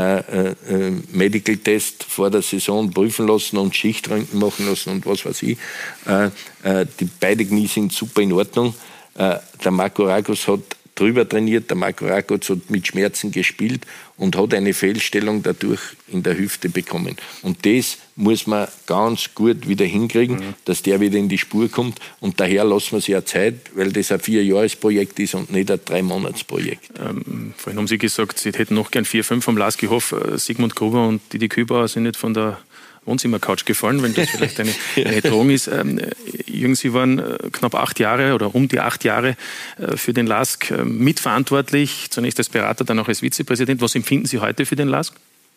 Medical Test vor der Saison prüfen lassen und Schichtröntgen machen lassen und was weiß ich. Die beide Knie sind super in Ordnung. Der Marco Ragusch hat drüber trainiert, der Marco Ragusch hat mit Schmerzen gespielt und hat eine Fehlstellung dadurch in der Hüfte bekommen. Und das muss man ganz gut wieder hinkriegen, dass der wieder in die Spur kommt. Und daher lassen wir sich ja Zeit, weil das ein 4-Jahres-Projekt ist und nicht ein 3-Monats-Projekt. Vorhin haben Sie gesagt, Sie hätten noch gern 4-5 vom Lask. Ich hoffe, Sigmund Gruber und Didi Kübauer sind nicht von der Wohnzimmercouch gefallen, wenn das vielleicht eine Drohung ist. Jürgen, Sie waren knapp 8 Jahre oder um die 8 Jahre für den Lask mitverantwortlich, zunächst als Berater, dann auch als Vizepräsident. Was empfinden Sie heute für den Lask?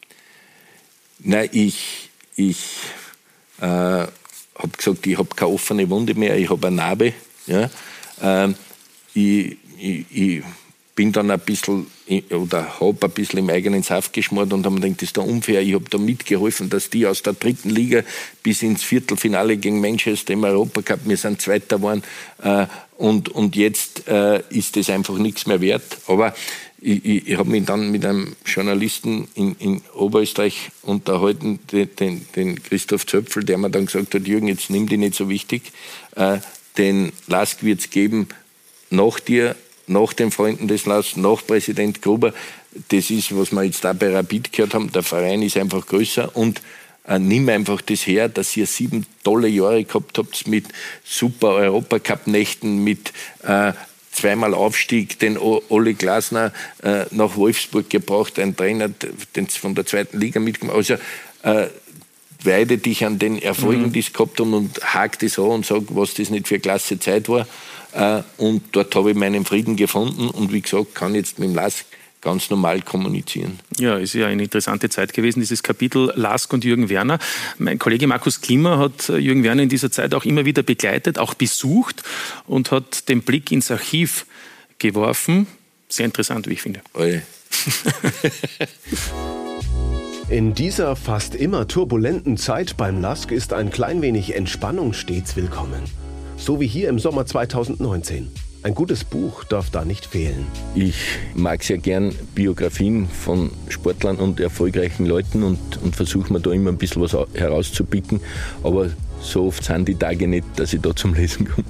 Nein, ich habe gesagt, ich habe keine offene Wunde mehr, ich habe eine Narbe. Ja? Ich bin dann ein bisschen oder habe ein bisschen im eigenen Saft geschmort und habe mir gedacht, das ist da unfair. Ich habe da mitgeholfen, dass die aus der 3. Liga bis ins Viertelfinale gegen Manchester im Europacup, wir sind Zweiter geworden und jetzt ist das einfach nichts mehr wert. Aber ich habe mich dann mit einem Journalisten in Oberösterreich unterhalten, den Christoph Zöpfel, der mir dann gesagt hat, Jürgen, jetzt nimm dich nicht so wichtig, den Lask wird es geben nach dir, nach den Freunden des Lask, nach Präsident Gruber. Das ist, was wir jetzt da bei Rapid gehört haben, der Verein ist einfach größer und nimm einfach das her, dass ihr 7 tolle Jahre gehabt habt mit super Europacup-Nächten, mit zweimal Aufstieg, den Ole Glasner nach Wolfsburg gebracht, ein Trainer, den von der 2. Liga mitgemacht. Also weide dich an den Erfolgen, die es gehabt haben und hake das an und sag, was das nicht für eine klasse Zeit war. Und dort habe ich meinen Frieden gefunden und wie gesagt, kann jetzt mit dem Lask ganz normal kommunizieren. Ja, ist ja eine interessante Zeit gewesen, dieses Kapitel Lask und Jürgen Werner. Mein Kollege Markus Klimmer hat Jürgen Werner in dieser Zeit auch immer wieder begleitet, auch besucht und hat den Blick ins Archiv geworfen. Sehr interessant, wie ich finde. In dieser fast immer turbulenten Zeit beim Lask ist ein klein wenig Entspannung stets willkommen. So wie hier im Sommer 2019. Ein gutes Buch darf da nicht fehlen. Ich mag sehr gern Biografien von Sportlern und erfolgreichen Leuten und versuche mir da immer ein bisschen was herauszupicken. Aber so oft sind die Tage nicht, dass ich da zum Lesen komme.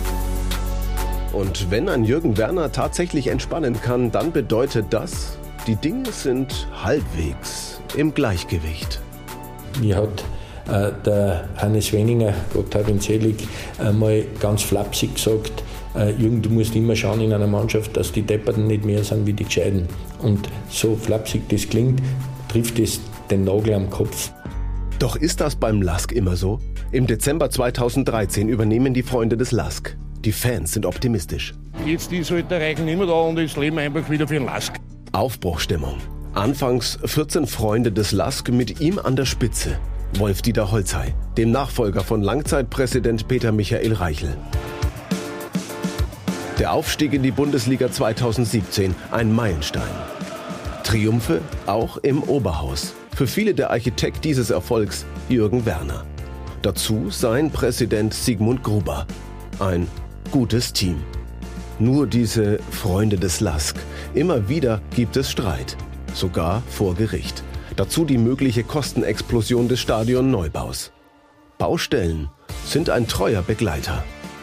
Und wenn ein Jürgen Werner tatsächlich entspannen kann, dann bedeutet das, die Dinge sind halbwegs im Gleichgewicht. Mir hat der Hannes Wenninger, Gott hab ihn selig, einmal ganz flapsig gesagt, Jürgen, du musst immer schauen in einer Mannschaft, dass die Depperten nicht mehr sind wie die Gescheiten. Und so flapsig das klingt, trifft es den Nagel am Kopf. Doch ist das beim Lask immer so? Im Dezember 2013 übernehmen die Freunde des Lask. Die Fans sind optimistisch. Jetzt ist halt der Reichen immer da und das Leben einfach wieder für den Lask. Aufbruchstimmung. Anfangs 14 Freunde des Lask, mit ihm an der Spitze Wolf-Dieter Holzhey, dem Nachfolger von Langzeitpräsident Peter Michael Reichel. Der Aufstieg in die Bundesliga 2017, ein Meilenstein. Triumphe auch im Oberhaus. Für viele der Architekt dieses Erfolgs, Jürgen Werner. Dazu sein Präsident Sigmund Gruber. Ein gutes Team. Nur diese Freunde des Lask. Immer wieder gibt es Streit. Sogar vor Gericht. Dazu die mögliche Kostenexplosion des Stadionneubaus. Baustellen sind ein treuer Begleiter.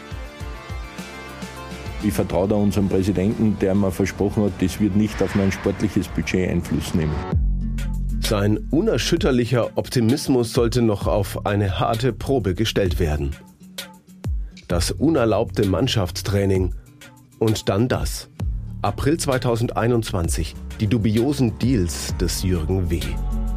Ich vertraue da unserem Präsidenten, der mir versprochen hat, das wird nicht auf mein sportliches Budget Einfluss nehmen. Sein unerschütterlicher Optimismus sollte noch auf eine harte Probe gestellt werden. Das unerlaubte Mannschaftstraining und dann das. April 2021, die dubiosen Deals des Jürgen W.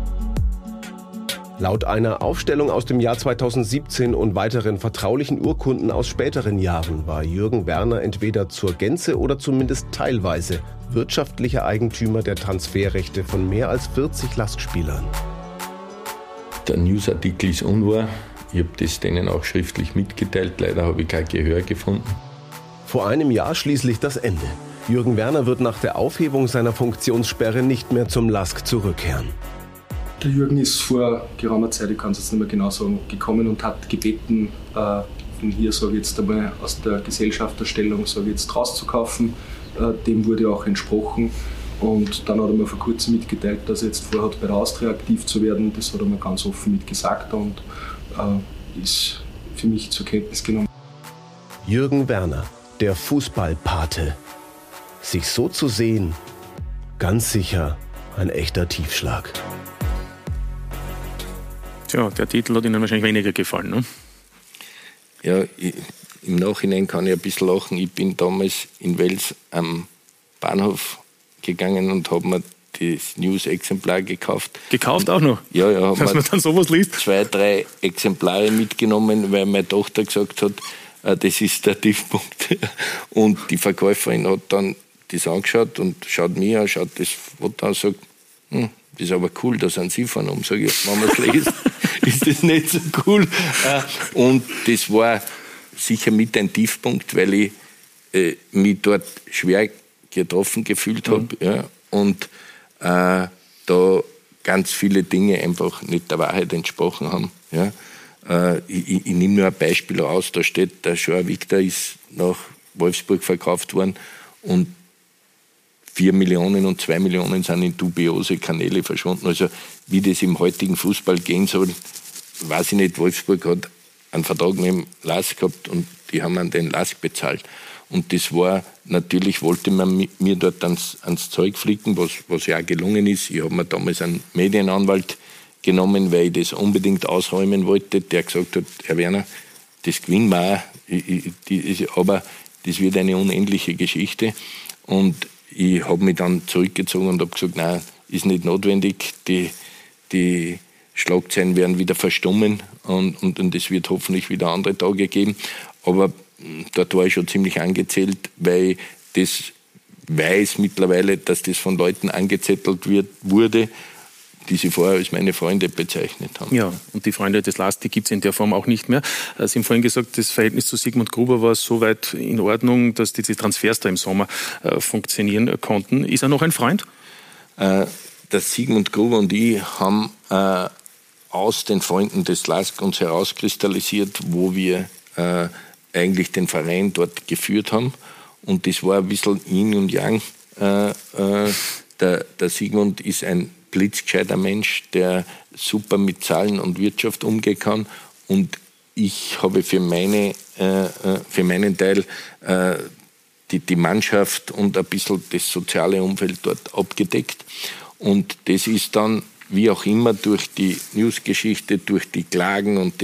Laut einer Aufstellung aus dem Jahr 2017 und weiteren vertraulichen Urkunden aus späteren Jahren war Jürgen Werner entweder zur Gänze oder zumindest teilweise wirtschaftlicher Eigentümer der Transferrechte von mehr als 40 Lask-Spielern. Der Newsartikel ist unwahr. Ich habe das denen auch schriftlich mitgeteilt. Leider habe ich kein Gehör gefunden. Vor einem Jahr schließlich das Ende. Jürgen Werner wird nach der Aufhebung seiner Funktionssperre nicht mehr zum LASK zurückkehren. Der Jürgen ist vor geraumer Zeit, ich kann es jetzt nicht mehr genau sagen, gekommen und hat gebeten, von hier, sage ich jetzt einmal, aus der Gesellschafterstellung, sage ich jetzt, rauszukaufen. Dem wurde auch entsprochen. Und dann hat er mir vor kurzem mitgeteilt, dass er jetzt vorhat, bei der Austria aktiv zu werden. Das hat er mir ganz offen mitgesagt und ist für mich zur Kenntnis genommen. Jürgen Werner, der Fußballpate. Sich so zu sehen, ganz sicher ein echter Tiefschlag. Tja, der Titel hat Ihnen wahrscheinlich weniger gefallen, ne? Ja, im Nachhinein kann ich ein bisschen lachen. Ich bin damals in Wels am Bahnhof gegangen und habe mir das News-Exemplar gekauft. Gekauft auch noch? Ja, ja. Dass man dann sowas liest? 2, 3 Exemplare mitgenommen, weil meine Tochter gesagt hat, das ist der Tiefpunkt. Und die Verkäuferin hat dann das angeschaut und schaut mir an, schaut das Foto an und sagt, das ist aber cool, da sind Sie vorne um. Sag ich, wenn man es liest, ist das nicht so cool. Und das war sicher mit ein Tiefpunkt, weil ich mich dort schwer getroffen gefühlt habe. Ja, und da ganz viele Dinge einfach nicht der Wahrheit entsprochen haben. Ja. Ich nehme nur ein Beispiel raus, da steht, der Joao Victor ist nach Wolfsburg verkauft worden und 4 Millionen und 2 Millionen sind in dubiose Kanäle verschwunden. Also wie das im heutigen Fußball gehen soll, weiß ich nicht. Wolfsburg hat einen Vertrag mit dem LASK gehabt und die haben an den LASK bezahlt. Und das war, natürlich wollte man mir dort ans Zeug flicken, was ja auch gelungen ist. Ich habe mir damals einen Medienanwalt genommen, weil ich das unbedingt ausräumen wollte, der gesagt hat, Herr Werner, das gewinnen wir auch, aber das wird eine unendliche Geschichte. Und ich habe mich dann zurückgezogen und habe gesagt, nein, ist nicht notwendig, die Schlagzeilen werden wieder verstummen und es wird hoffentlich wieder andere Tage geben. Aber dort war ich schon ziemlich angezählt, weil ich das weiß mittlerweile, dass das von Leuten angezettelt wurde, die sie vorher als meine Freunde bezeichnet haben. Ja, und die Freunde des LASK, die gibt es in der Form auch nicht mehr. Sie haben vorhin gesagt, das Verhältnis zu Sigmund Gruber war so weit in Ordnung, dass diese Transfers da im Sommer funktionieren konnten. Ist er noch ein Freund? Der Sigmund Gruber und ich haben aus den Freunden des LASK uns herauskristallisiert, wo wir eigentlich den Verein dort geführt haben. Und das war ein bisschen Yin und Yang. Der Sigmund ist ein blitzgescheiter Mensch, der super mit Zahlen und Wirtschaft umgehen kann. Und ich habe für meinen Teil die Mannschaft und ein bisschen das soziale Umfeld dort abgedeckt. Und das ist dann, wie auch immer, durch die Newsgeschichte, durch die Klagen und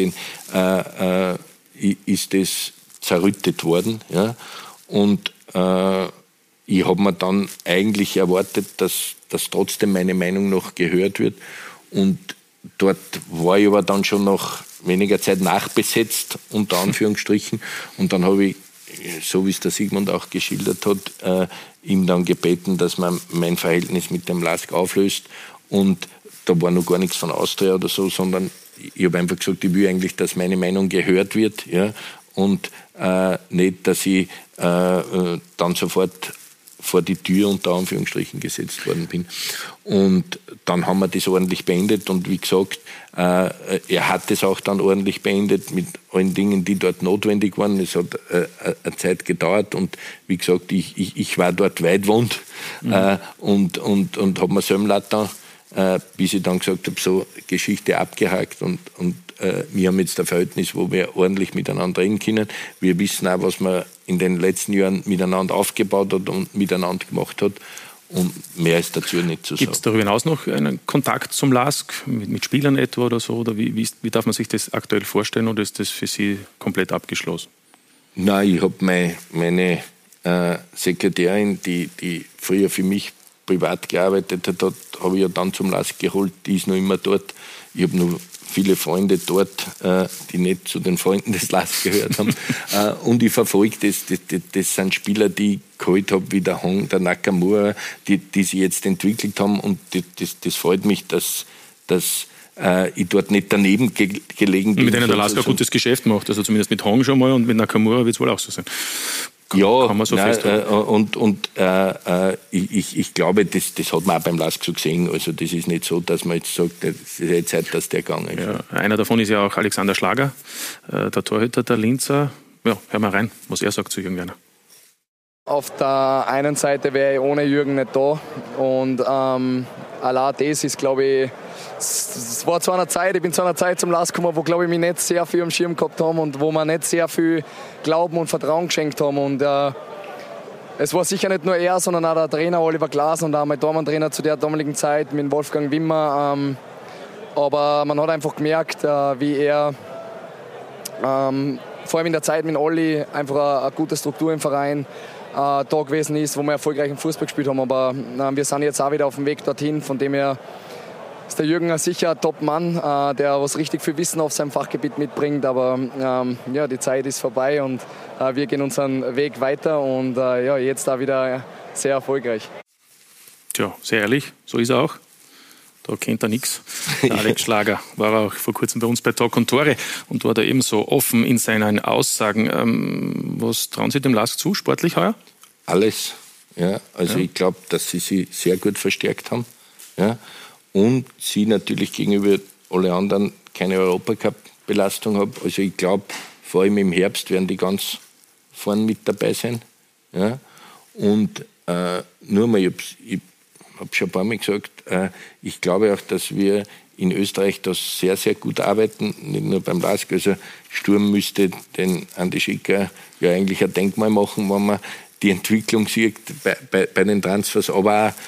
ist das zerrüttet worden. Ja? Und ich habe mir dann eigentlich erwartet, dass trotzdem meine Meinung noch gehört wird. Und dort war ich aber dann schon nach weniger Zeit nachbesetzt, unter Anführungsstrichen. Und dann habe ich, so wie es der Sigmund auch geschildert hat, ihm dann gebeten, dass man mein Verhältnis mit dem LASK auflöst. Und da war noch gar nichts von Austria oder so, sondern ich habe einfach gesagt, ich will eigentlich, dass meine Meinung gehört wird. Ja? Und nicht, dass ich dann sofort vor die Tür unter Anführungsstrichen gesetzt worden bin. Und dann haben wir das ordentlich beendet und wie gesagt, er hat es auch dann ordentlich beendet mit allen Dingen, die dort notwendig waren. Es hat eine Zeit gedauert und wie gesagt, ich war dort weitwohnt und habe mir Sömlatter, bis ich dann gesagt habe, so Geschichte abgehakt und wir haben jetzt ein Verhältnis, wo wir ordentlich miteinander reden können. Wir wissen auch, was man in den letzten Jahren miteinander aufgebaut hat und miteinander gemacht hat. Und mehr ist dazu nicht zu sagen. Gibt es darüber hinaus noch einen Kontakt zum LASK mit Spielern etwa oder so? Oder wie darf man sich das aktuell vorstellen oder ist das für Sie komplett abgeschlossen? Nein, ich habe meine Sekretärin, die früher für mich privat gearbeitet hat, habe ich ja dann zum LASK geholt. Die ist noch immer dort. Ich habe noch viele Freunde dort, die nicht zu den Freunden des LASK gehört haben. Und ich verfolge das. Das sind Spieler, die ich geholt habe, wie der Hong, der Nakamura, die sich jetzt entwickelt haben. Und das freut mich, dass ich dort nicht daneben gelegen bin. Mit denen der LASK ein gutes Geschäft macht. Also zumindest mit Hong schon mal und mit Nakamura wird es wohl auch so sein. Kann man so festhalten. Ich glaube, das hat man auch beim LASK so gesehen. Also das ist nicht so, dass man jetzt sagt, es ist jetzt Zeit, dass der gegangen ist. Ja, einer davon ist ja auch Alexander Schlager, der Torhüter der Linzer. Ja, hör mal rein, was er sagt zu Jürgen Werner. Auf der einen Seite wäre ich ohne Jürgen nicht da und allein das ist, glaube ich, es war zu einer Zeit, ich bin zu einer Zeit zum LASK gekommen, wo, glaube ich, mich nicht sehr viel am Schirm gehabt haben und wo wir nicht sehr viel Glauben und Vertrauen geschenkt haben. Und es war sicher nicht nur er, sondern auch der Trainer Oliver Glasner und auch mein Tormann-Trainer zu der damaligen Zeit mit Wolfgang Wimmer. Aber man hat einfach gemerkt, wie er vor allem in der Zeit mit Olli einfach eine gute Struktur im Verein da gewesen ist, wo wir erfolgreich im Fußball gespielt haben. Aber wir sind jetzt auch wieder auf dem Weg dorthin, von dem her ist der Jürgen sicher ein Top-Mann, der was richtig viel Wissen auf seinem Fachgebiet mitbringt. Aber ja, die Zeit ist vorbei und wir gehen unseren Weg weiter und ja, jetzt da wieder sehr erfolgreich. Tja, sehr ehrlich, so ist er auch. Da kennt er nichts. Der Alex Schlager war auch vor kurzem bei uns bei Talk und Tore und war da ebenso offen in seinen Aussagen. Was trauen Sie dem LASK zu, sportlich heuer? Alles. Ja, also ich glaube, dass sie sich sehr gut verstärkt haben. Ja. Und sie natürlich gegenüber alle anderen keine Europacup-Belastung haben. Also ich glaube, vor allem im Herbst werden die ganz vorn mit dabei sein. Ja. Und nur mal, ich habe schon ein paar Mal gesagt, ich glaube auch, dass wir in Österreich das sehr, sehr gut arbeiten, nicht nur beim LASK. Also Sturm müsste den Andi Schicker ja eigentlich ein Denkmal machen, wenn man die Entwicklung sieht bei den Transfers, aber auch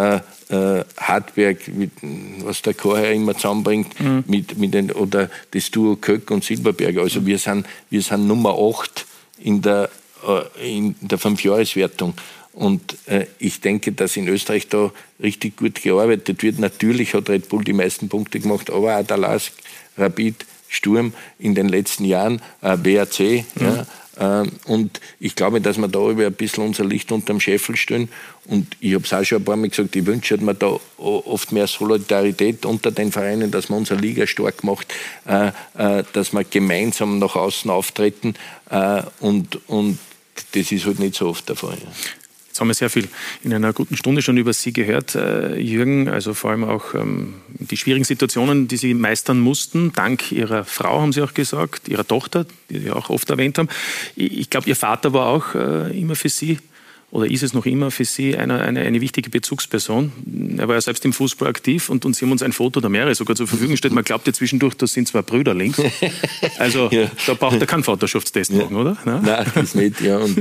Hartberg, was der Chor immer zusammenbringt, mit den, oder das Duo Köck und Silberberger. Also wir sind Nummer 8 in der 5-Jahres-Wertung. Und ich denke, dass in Österreich da richtig gut gearbeitet wird. Natürlich hat Red Bull die meisten Punkte gemacht, aber auch der LASK, Rapid, Sturm in den letzten Jahren, WRC. Ja. Und ich glaube, dass wir da über ein bisschen unser Licht unterm Scheffel stehen. Und ich habe es auch schon ein paar Mal gesagt, ich wünsche mir da oft mehr Solidarität unter den Vereinen, dass man unsere Liga stark macht, dass wir gemeinsam nach außen auftreten. Und das ist halt nicht so oft der Fall. Ja. Jetzt haben wir sehr viel in einer guten Stunde schon über Sie gehört, Jürgen, also vor allem auch die schwierigen Situationen, die Sie meistern mussten, dank Ihrer Frau, haben Sie auch gesagt, Ihrer Tochter, die Sie auch oft erwähnt haben. Ich glaube, Ihr Vater war auch immer für Sie, oder ist es noch immer für Sie eine wichtige Bezugsperson. Er war ja selbst im Fußball aktiv und Sie haben uns ein Foto der mehrere sogar zur Verfügung gestellt. Man glaubt ja zwischendurch, das sind 2 Brüder links. Also ja. Da braucht er keinen Vaterschaftstest machen, oder? Nein, das nicht. Ja. Und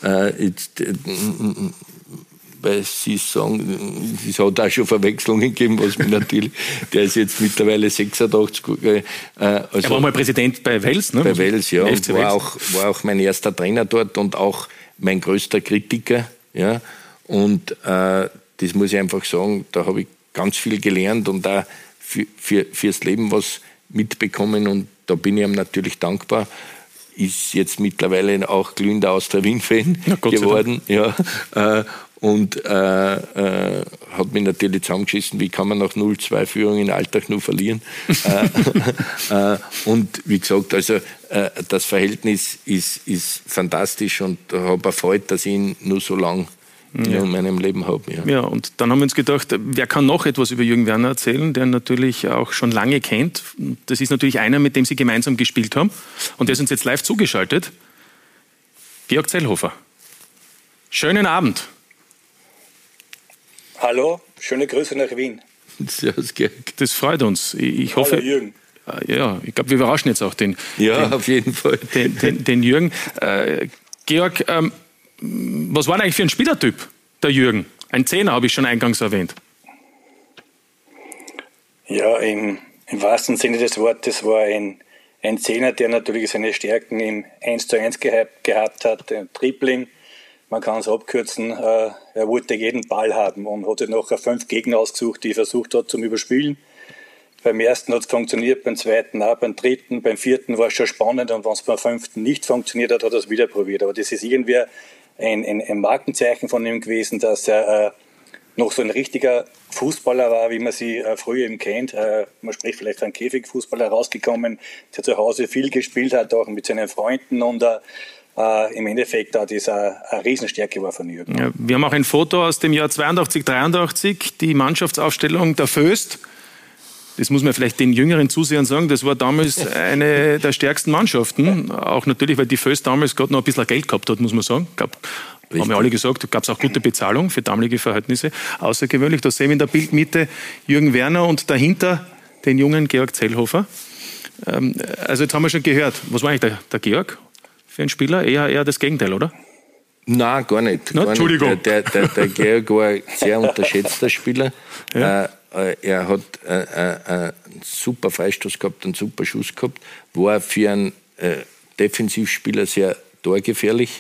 weil Sie sagen, es hat auch schon Verwechslungen gegeben, was mir natürlich, der ist jetzt mittlerweile 86. Er war mal Präsident bei Wels, ne? Bei Wels, ja. Und war auch mein erster Trainer dort und auch mein größter Kritiker. Ja. Und das muss ich einfach sagen, da habe ich ganz viel gelernt und auch fürs Leben was mitbekommen und da bin ich ihm natürlich dankbar. Ist jetzt mittlerweile auch glühender Austria-Wien-Fan geworden. Ja. Und hat mich natürlich zusammengeschissen, wie kann man nach 0-2 Führung in Alltag nur verlieren. Und wie gesagt, also das Verhältnis ist fantastisch und ich habe Freude, dass ich ihn nur so lange in meinem Leben habe. Ja, und dann haben wir uns gedacht, wer kann noch etwas über Jürgen Werner erzählen, der natürlich auch schon lange kennt. Das ist natürlich einer, mit dem Sie gemeinsam gespielt haben und der ist uns jetzt live zugeschaltet. Georg Zellhofer. Schönen Abend. Hallo, schöne Grüße nach Wien. Servus, Georg. Das freut uns. Ich hoffe, hallo, Jürgen. Ja, ich glaube, wir überraschen jetzt auch den auf jeden Fall. Den Jürgen. Georg, was war eigentlich für ein Spielertyp, der Jürgen? Ein Zehner, habe ich schon eingangs erwähnt. Ja, im wahrsten Sinne des Wortes war ein Zehner, der natürlich seine Stärken im 1:1 gehabt hat, ein Dribbling. Man kann es abkürzen, er wollte jeden Ball haben und hat sich nachher 5 Gegner ausgesucht, die er versucht hat zum Überspielen. Beim ersten hat es funktioniert, beim zweiten auch, beim dritten, beim vierten war es schon spannend und wenn es beim 5. nicht funktioniert hat, hat er es wieder probiert. Aber das ist irgendwie ein Markenzeichen von ihm gewesen, dass er noch so ein richtiger Fußballer war, wie man sie früher eben kennt. Man spricht vielleicht von einem Käfigfußballer rausgekommen, der zu Hause viel gespielt hat, auch mit seinen Freunden und im Endeffekt auch das eine Riesenstärke war von Jürgen. Ja, wir haben auch ein Foto aus dem Jahr 82, 83, die Mannschaftsaufstellung der Föst. Das muss man vielleicht den jüngeren Zusehern sagen, das war damals eine der stärksten Mannschaften. Auch natürlich, weil die Föst damals gerade noch ein bisschen Geld gehabt hat, muss man sagen. Haben ja alle gesagt, da gab es auch gute Bezahlung für damalige Verhältnisse. Außergewöhnlich, da sehen wir in der Bildmitte Jürgen Werner und dahinter den jungen Georg Zellhofer. Also jetzt haben wir schon gehört, was war eigentlich der Georg für ein Spieler? Eher das Gegenteil, oder? Nein, gar nicht. Na, Entschuldigung. Der Georg war ein sehr unterschätzter Spieler. Ja. Er hat einen super Freistoß gehabt, einen super Schuss gehabt, war für einen Defensivspieler sehr torgefährlich.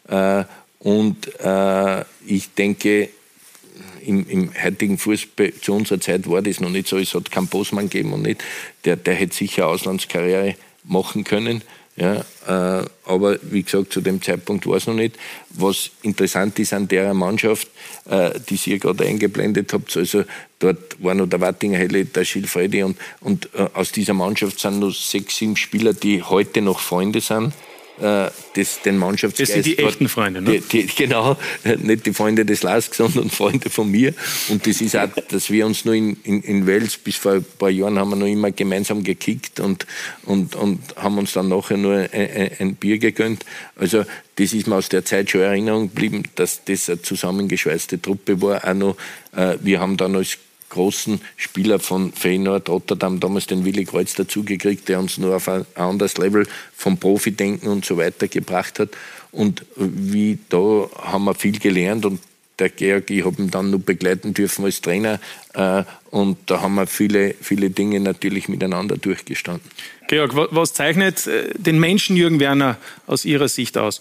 Und ich denke, im heutigen Fußball zu unserer Zeit war das noch nicht so. Es hat keinen Bosman gegeben und nicht. Der hätte sicher Auslandskarriere machen können. Ja, aber wie gesagt, zu dem Zeitpunkt war es noch nicht. Was interessant ist an der Mannschaft, die ihr gerade eingeblendet habt, also dort war noch der Wattinger Helle, der Schilfredi und aus dieser Mannschaft sind noch 6, 7 Spieler, die heute noch Freunde sind. Den Mannschaftsgeist. Das sind die echten Freunde, ne? Genau, nicht die Freunde des LASK, sondern Freunde von mir. Und das ist auch, dass wir uns nur in Wels, bis vor ein paar Jahren haben wir noch immer gemeinsam gekickt und haben uns dann nachher nur ein Bier gegönnt. Also das ist mir aus der Zeit schon in Erinnerung geblieben, dass das eine zusammengeschweißte Truppe war. Auch noch, wir haben dann als großen Spieler von Feyenoord Rotterdam damals den Willi Kreuz dazugekriegt, der uns nur auf ein anderes Level vom Profidenken und so weiter gebracht hat. Und da haben wir viel gelernt und der Georg, ich habe ihn dann nur begleiten dürfen als Trainer und da haben wir viele, viele Dinge natürlich miteinander durchgestanden. Georg, was zeichnet den Menschen Jürgen Werner aus Ihrer Sicht aus?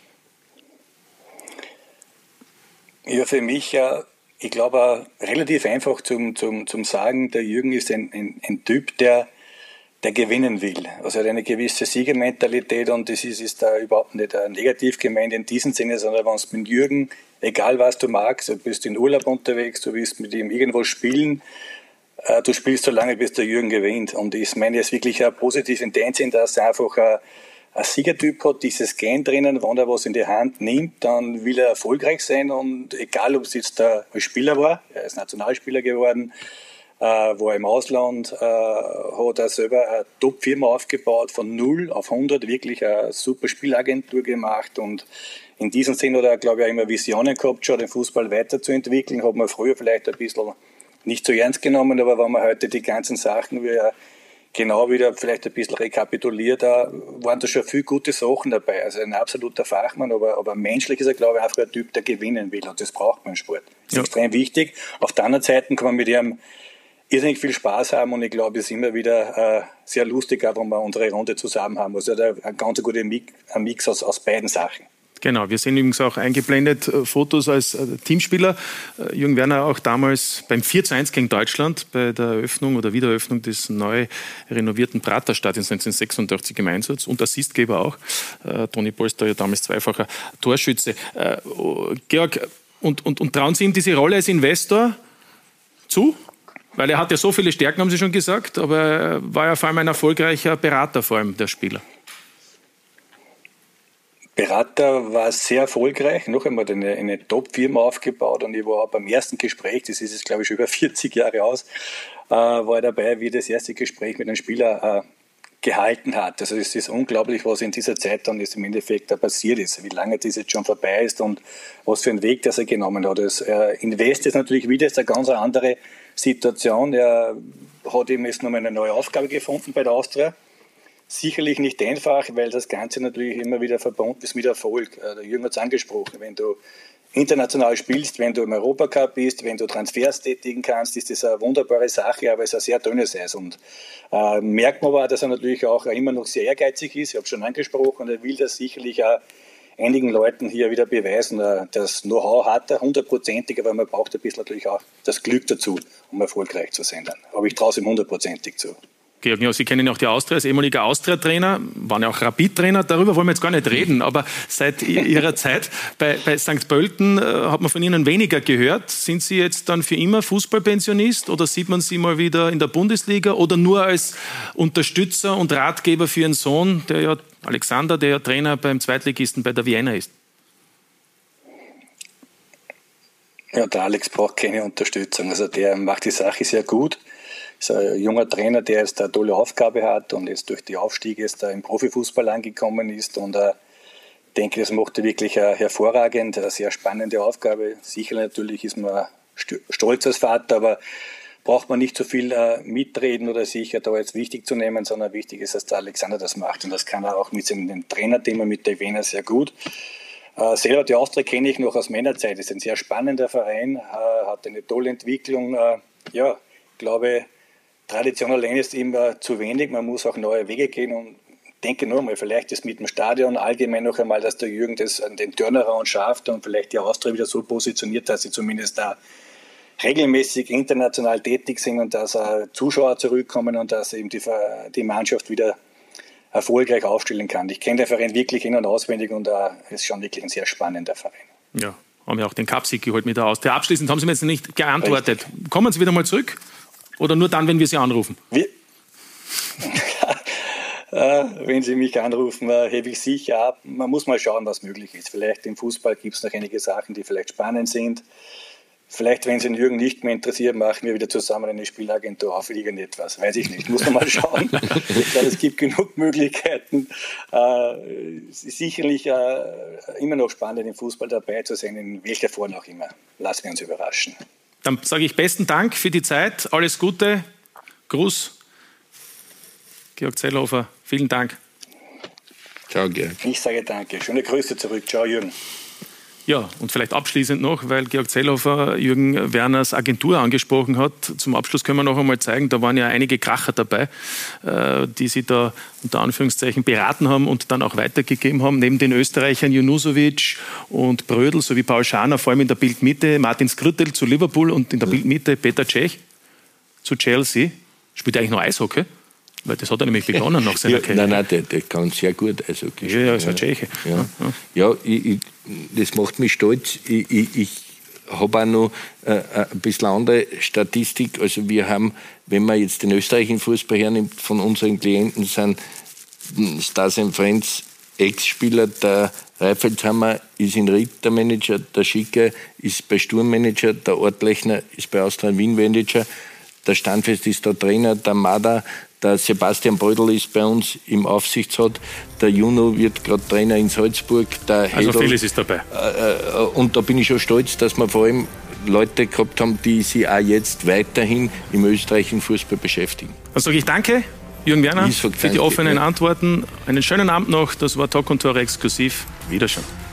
Ja, für mich ich glaube, relativ einfach zum Sagen, der Jürgen ist ein Typ, der gewinnen will. Also er hat eine gewisse Siegermentalität und das ist da überhaupt nicht negativ gemeint in diesem Sinne, sondern wenn es mit Jürgen, egal was du magst, du bist in Urlaub unterwegs, du willst mit ihm irgendwo spielen, du spielst so lange, bis der Jürgen gewinnt. Und ich meine jetzt wirklich positiv in dem Sinn, dass er einfach ein Siegertyp hat, dieses Gen drinnen, wenn er was in die Hand nimmt, dann will er erfolgreich sein und egal, ob es jetzt als Spieler war, er ist Nationalspieler geworden, war im Ausland, hat er selber eine Top-Firma aufgebaut, von 0 auf 100, wirklich eine super Spielagentur gemacht und in diesem Sinne hat er, glaube ich, auch immer Visionen gehabt, schon den Fußball weiterzuentwickeln, hat man früher vielleicht ein bisschen nicht so ernst genommen, aber wenn man heute die ganzen Sachen genau wieder vielleicht ein bisschen rekapituliert, da waren da schon viele gute Sachen dabei. Also ein absoluter Fachmann, aber menschlich ist er, glaube ich, einfach ein Typ, der gewinnen will und das braucht man im Sport. Das ist extrem wichtig. Auf der anderen Seite kann man mit ihm irrsinnig viel Spaß haben und ich glaube, es ist immer wieder sehr lustig, auch wenn wir unsere Runde zusammen haben. Also er hat einen ganz guten Mix aus beiden Sachen. Genau, wir sehen übrigens auch eingeblendet Fotos als Teamspieler. Jürgen Werner auch damals beim 4:1 gegen Deutschland bei der Eröffnung oder Wiedereröffnung des neu renovierten Praterstadions 1986 im Einsatz und Assistgeber auch. Toni Polster ja damals zweifacher Torschütze. Georg, und trauen Sie ihm diese Rolle als Investor zu? Weil er hat ja so viele Stärken, haben Sie schon gesagt, aber er war ja vor allem ein erfolgreicher Berater, vor allem der Spieler. Berater war sehr erfolgreich, noch einmal eine Top-Firma aufgebaut und ich war beim ersten Gespräch, das ist jetzt glaube ich schon über 40 Jahre aus, war ich dabei, wie das erste Gespräch mit einem Spieler gehalten hat. Also es ist unglaublich, was in dieser Zeit dann jetzt im Endeffekt da passiert ist, wie lange das jetzt schon vorbei ist und was für einen Weg, das er genommen hat. Das Invest ist natürlich wieder eine ganz andere Situation. Er hat eben jetzt nochmal eine neue Aufgabe gefunden bei der Austria. Sicherlich nicht einfach, weil das Ganze natürlich immer wieder verbunden ist mit Erfolg. Der Jürgen hat es angesprochen, wenn du international spielst, wenn du im Europacup bist, wenn du Transfers tätigen kannst, ist das eine wunderbare Sache, aber es ist ein sehr dünnes Eis. Und merkt man aber, dass er natürlich auch immer noch sehr ehrgeizig ist, ich habe es schon angesprochen, und er will das sicherlich auch einigen Leuten hier wieder beweisen. Das Know-how hat er, 100%ig, aber man braucht ein bisschen natürlich auch das Glück dazu, um erfolgreich zu sein. Aber ich traue es ihm 100%ig zu. Georg, ja, Sie kennen ja auch die Austria als ehemaliger Austria-Trainer, waren ja auch Rapid-Trainer, darüber wollen wir jetzt gar nicht reden, aber seit Ihrer Zeit bei St. Pölten hat man von Ihnen weniger gehört. Sind Sie jetzt dann für immer Fußballpensionist oder sieht man Sie mal wieder in der Bundesliga oder nur als Unterstützer und Ratgeber für Ihren Sohn, der ja Alexander, der Trainer beim Zweitligisten bei der Vienna ist? Ja, der Alex braucht keine Unterstützung. Also der macht die Sache sehr gut. Ist ein junger Trainer, der jetzt eine tolle Aufgabe hat und jetzt durch die Aufstiege jetzt im Profifußball angekommen ist. Und ich denke, das macht er wirklich hervorragend, eine sehr spannende Aufgabe. Sicher natürlich ist man stolz als Vater, aber braucht man nicht so viel mitreden oder sich da jetzt wichtig zu nehmen, sondern wichtig ist, dass der Alexander das macht. Und das kann er auch mit seinem Trainerthema mit der Vienna sehr gut. Selber die Austria kenne ich noch aus Männerzeit. Das ist ein sehr spannender Verein, hat eine tolle Entwicklung. Ja, ich glaube, Tradition allein ist immer zu wenig. Man muss auch neue Wege gehen und denke nur mal, vielleicht ist mit dem Stadion allgemein noch einmal, dass der Jürgen das an den Turnaround schafft und vielleicht die Austria wieder so positioniert, dass sie zumindest da regelmäßig international tätig sind und dass Zuschauer zurückkommen und dass eben die Mannschaft wieder erfolgreich aufstellen kann. Ich kenne den Verein wirklich in- und auswendig und es ist schon wirklich ein sehr spannender Verein. Ja, haben wir auch den Cup-Sieg geholt mit der Austria. Abschließend haben Sie mir jetzt nicht geantwortet. Richtig. Kommen Sie wieder mal zurück oder nur dann, wenn wir Sie anrufen? Wenn Sie mich anrufen, hebe ich sicher ab. Man muss mal schauen, was möglich ist. Vielleicht im Fußball gibt es noch einige Sachen, die vielleicht spannend sind. Vielleicht, wenn es den Jürgen nicht mehr interessiert, machen wir wieder zusammen eine Spielagentur auf irgendetwas. Weiß ich nicht. Muss man mal schauen. Ich glaube, es gibt genug Möglichkeiten. Sicherlich immer noch spannend, im Fußball dabei zu sein, in welcher Form auch immer. Lassen wir uns überraschen. Dann sage ich besten Dank für die Zeit. Alles Gute. Gruß. Georg Zellhofer, vielen Dank. Ciao, Georg. Ich sage danke. Schöne Grüße zurück. Ciao, Jürgen. Ja, und vielleicht abschließend noch, weil Georg Zellhofer Jürgen Werners Agentur angesprochen hat. Zum Abschluss können wir noch einmal zeigen, da waren ja einige Kracher dabei, die sie da unter Anführungszeichen beraten haben und dann auch weitergegeben haben. Neben den Österreichern Junusovic und Brödel sowie Paul Schaner, vor allem in der Bildmitte Martin Skrtel zu Liverpool und in der Bildmitte Peter Cech zu Chelsea. Spielt eigentlich noch Eishockey? Weil das hat er nämlich begonnen nach seiner Karriere. Nein, der kann sehr gut Eishockey spielen. Ja, ist ein Tscheche. Ja, das macht mich stolz. Ich habe auch noch ein bisschen andere Statistik. Also wir haben, wenn man jetzt den österreichischen Fußball hernimmt, von unseren Klienten sind Stars & Friends Ex-Spieler, der Reifelshammer ist in Ried der Manager, der Schicke ist bei Sturm Manager, der Ortlechner ist bei Austria Wien Manager, der Standfest ist der Trainer, der Mader, der Sebastian Brödel ist bei uns im Aufsichtsrat, der Juno wird gerade Trainer in Salzburg. Der also vieles ist dabei. Und da bin ich schon stolz, dass wir vor allem Leute gehabt haben, die sich auch jetzt weiterhin im österreichischen Fußball beschäftigen. Dann sage ich danke, Jürgen Werner, für die offenen Antworten. Einen schönen Abend noch. Das war Talk und Tore exklusiv. Wiederschauen.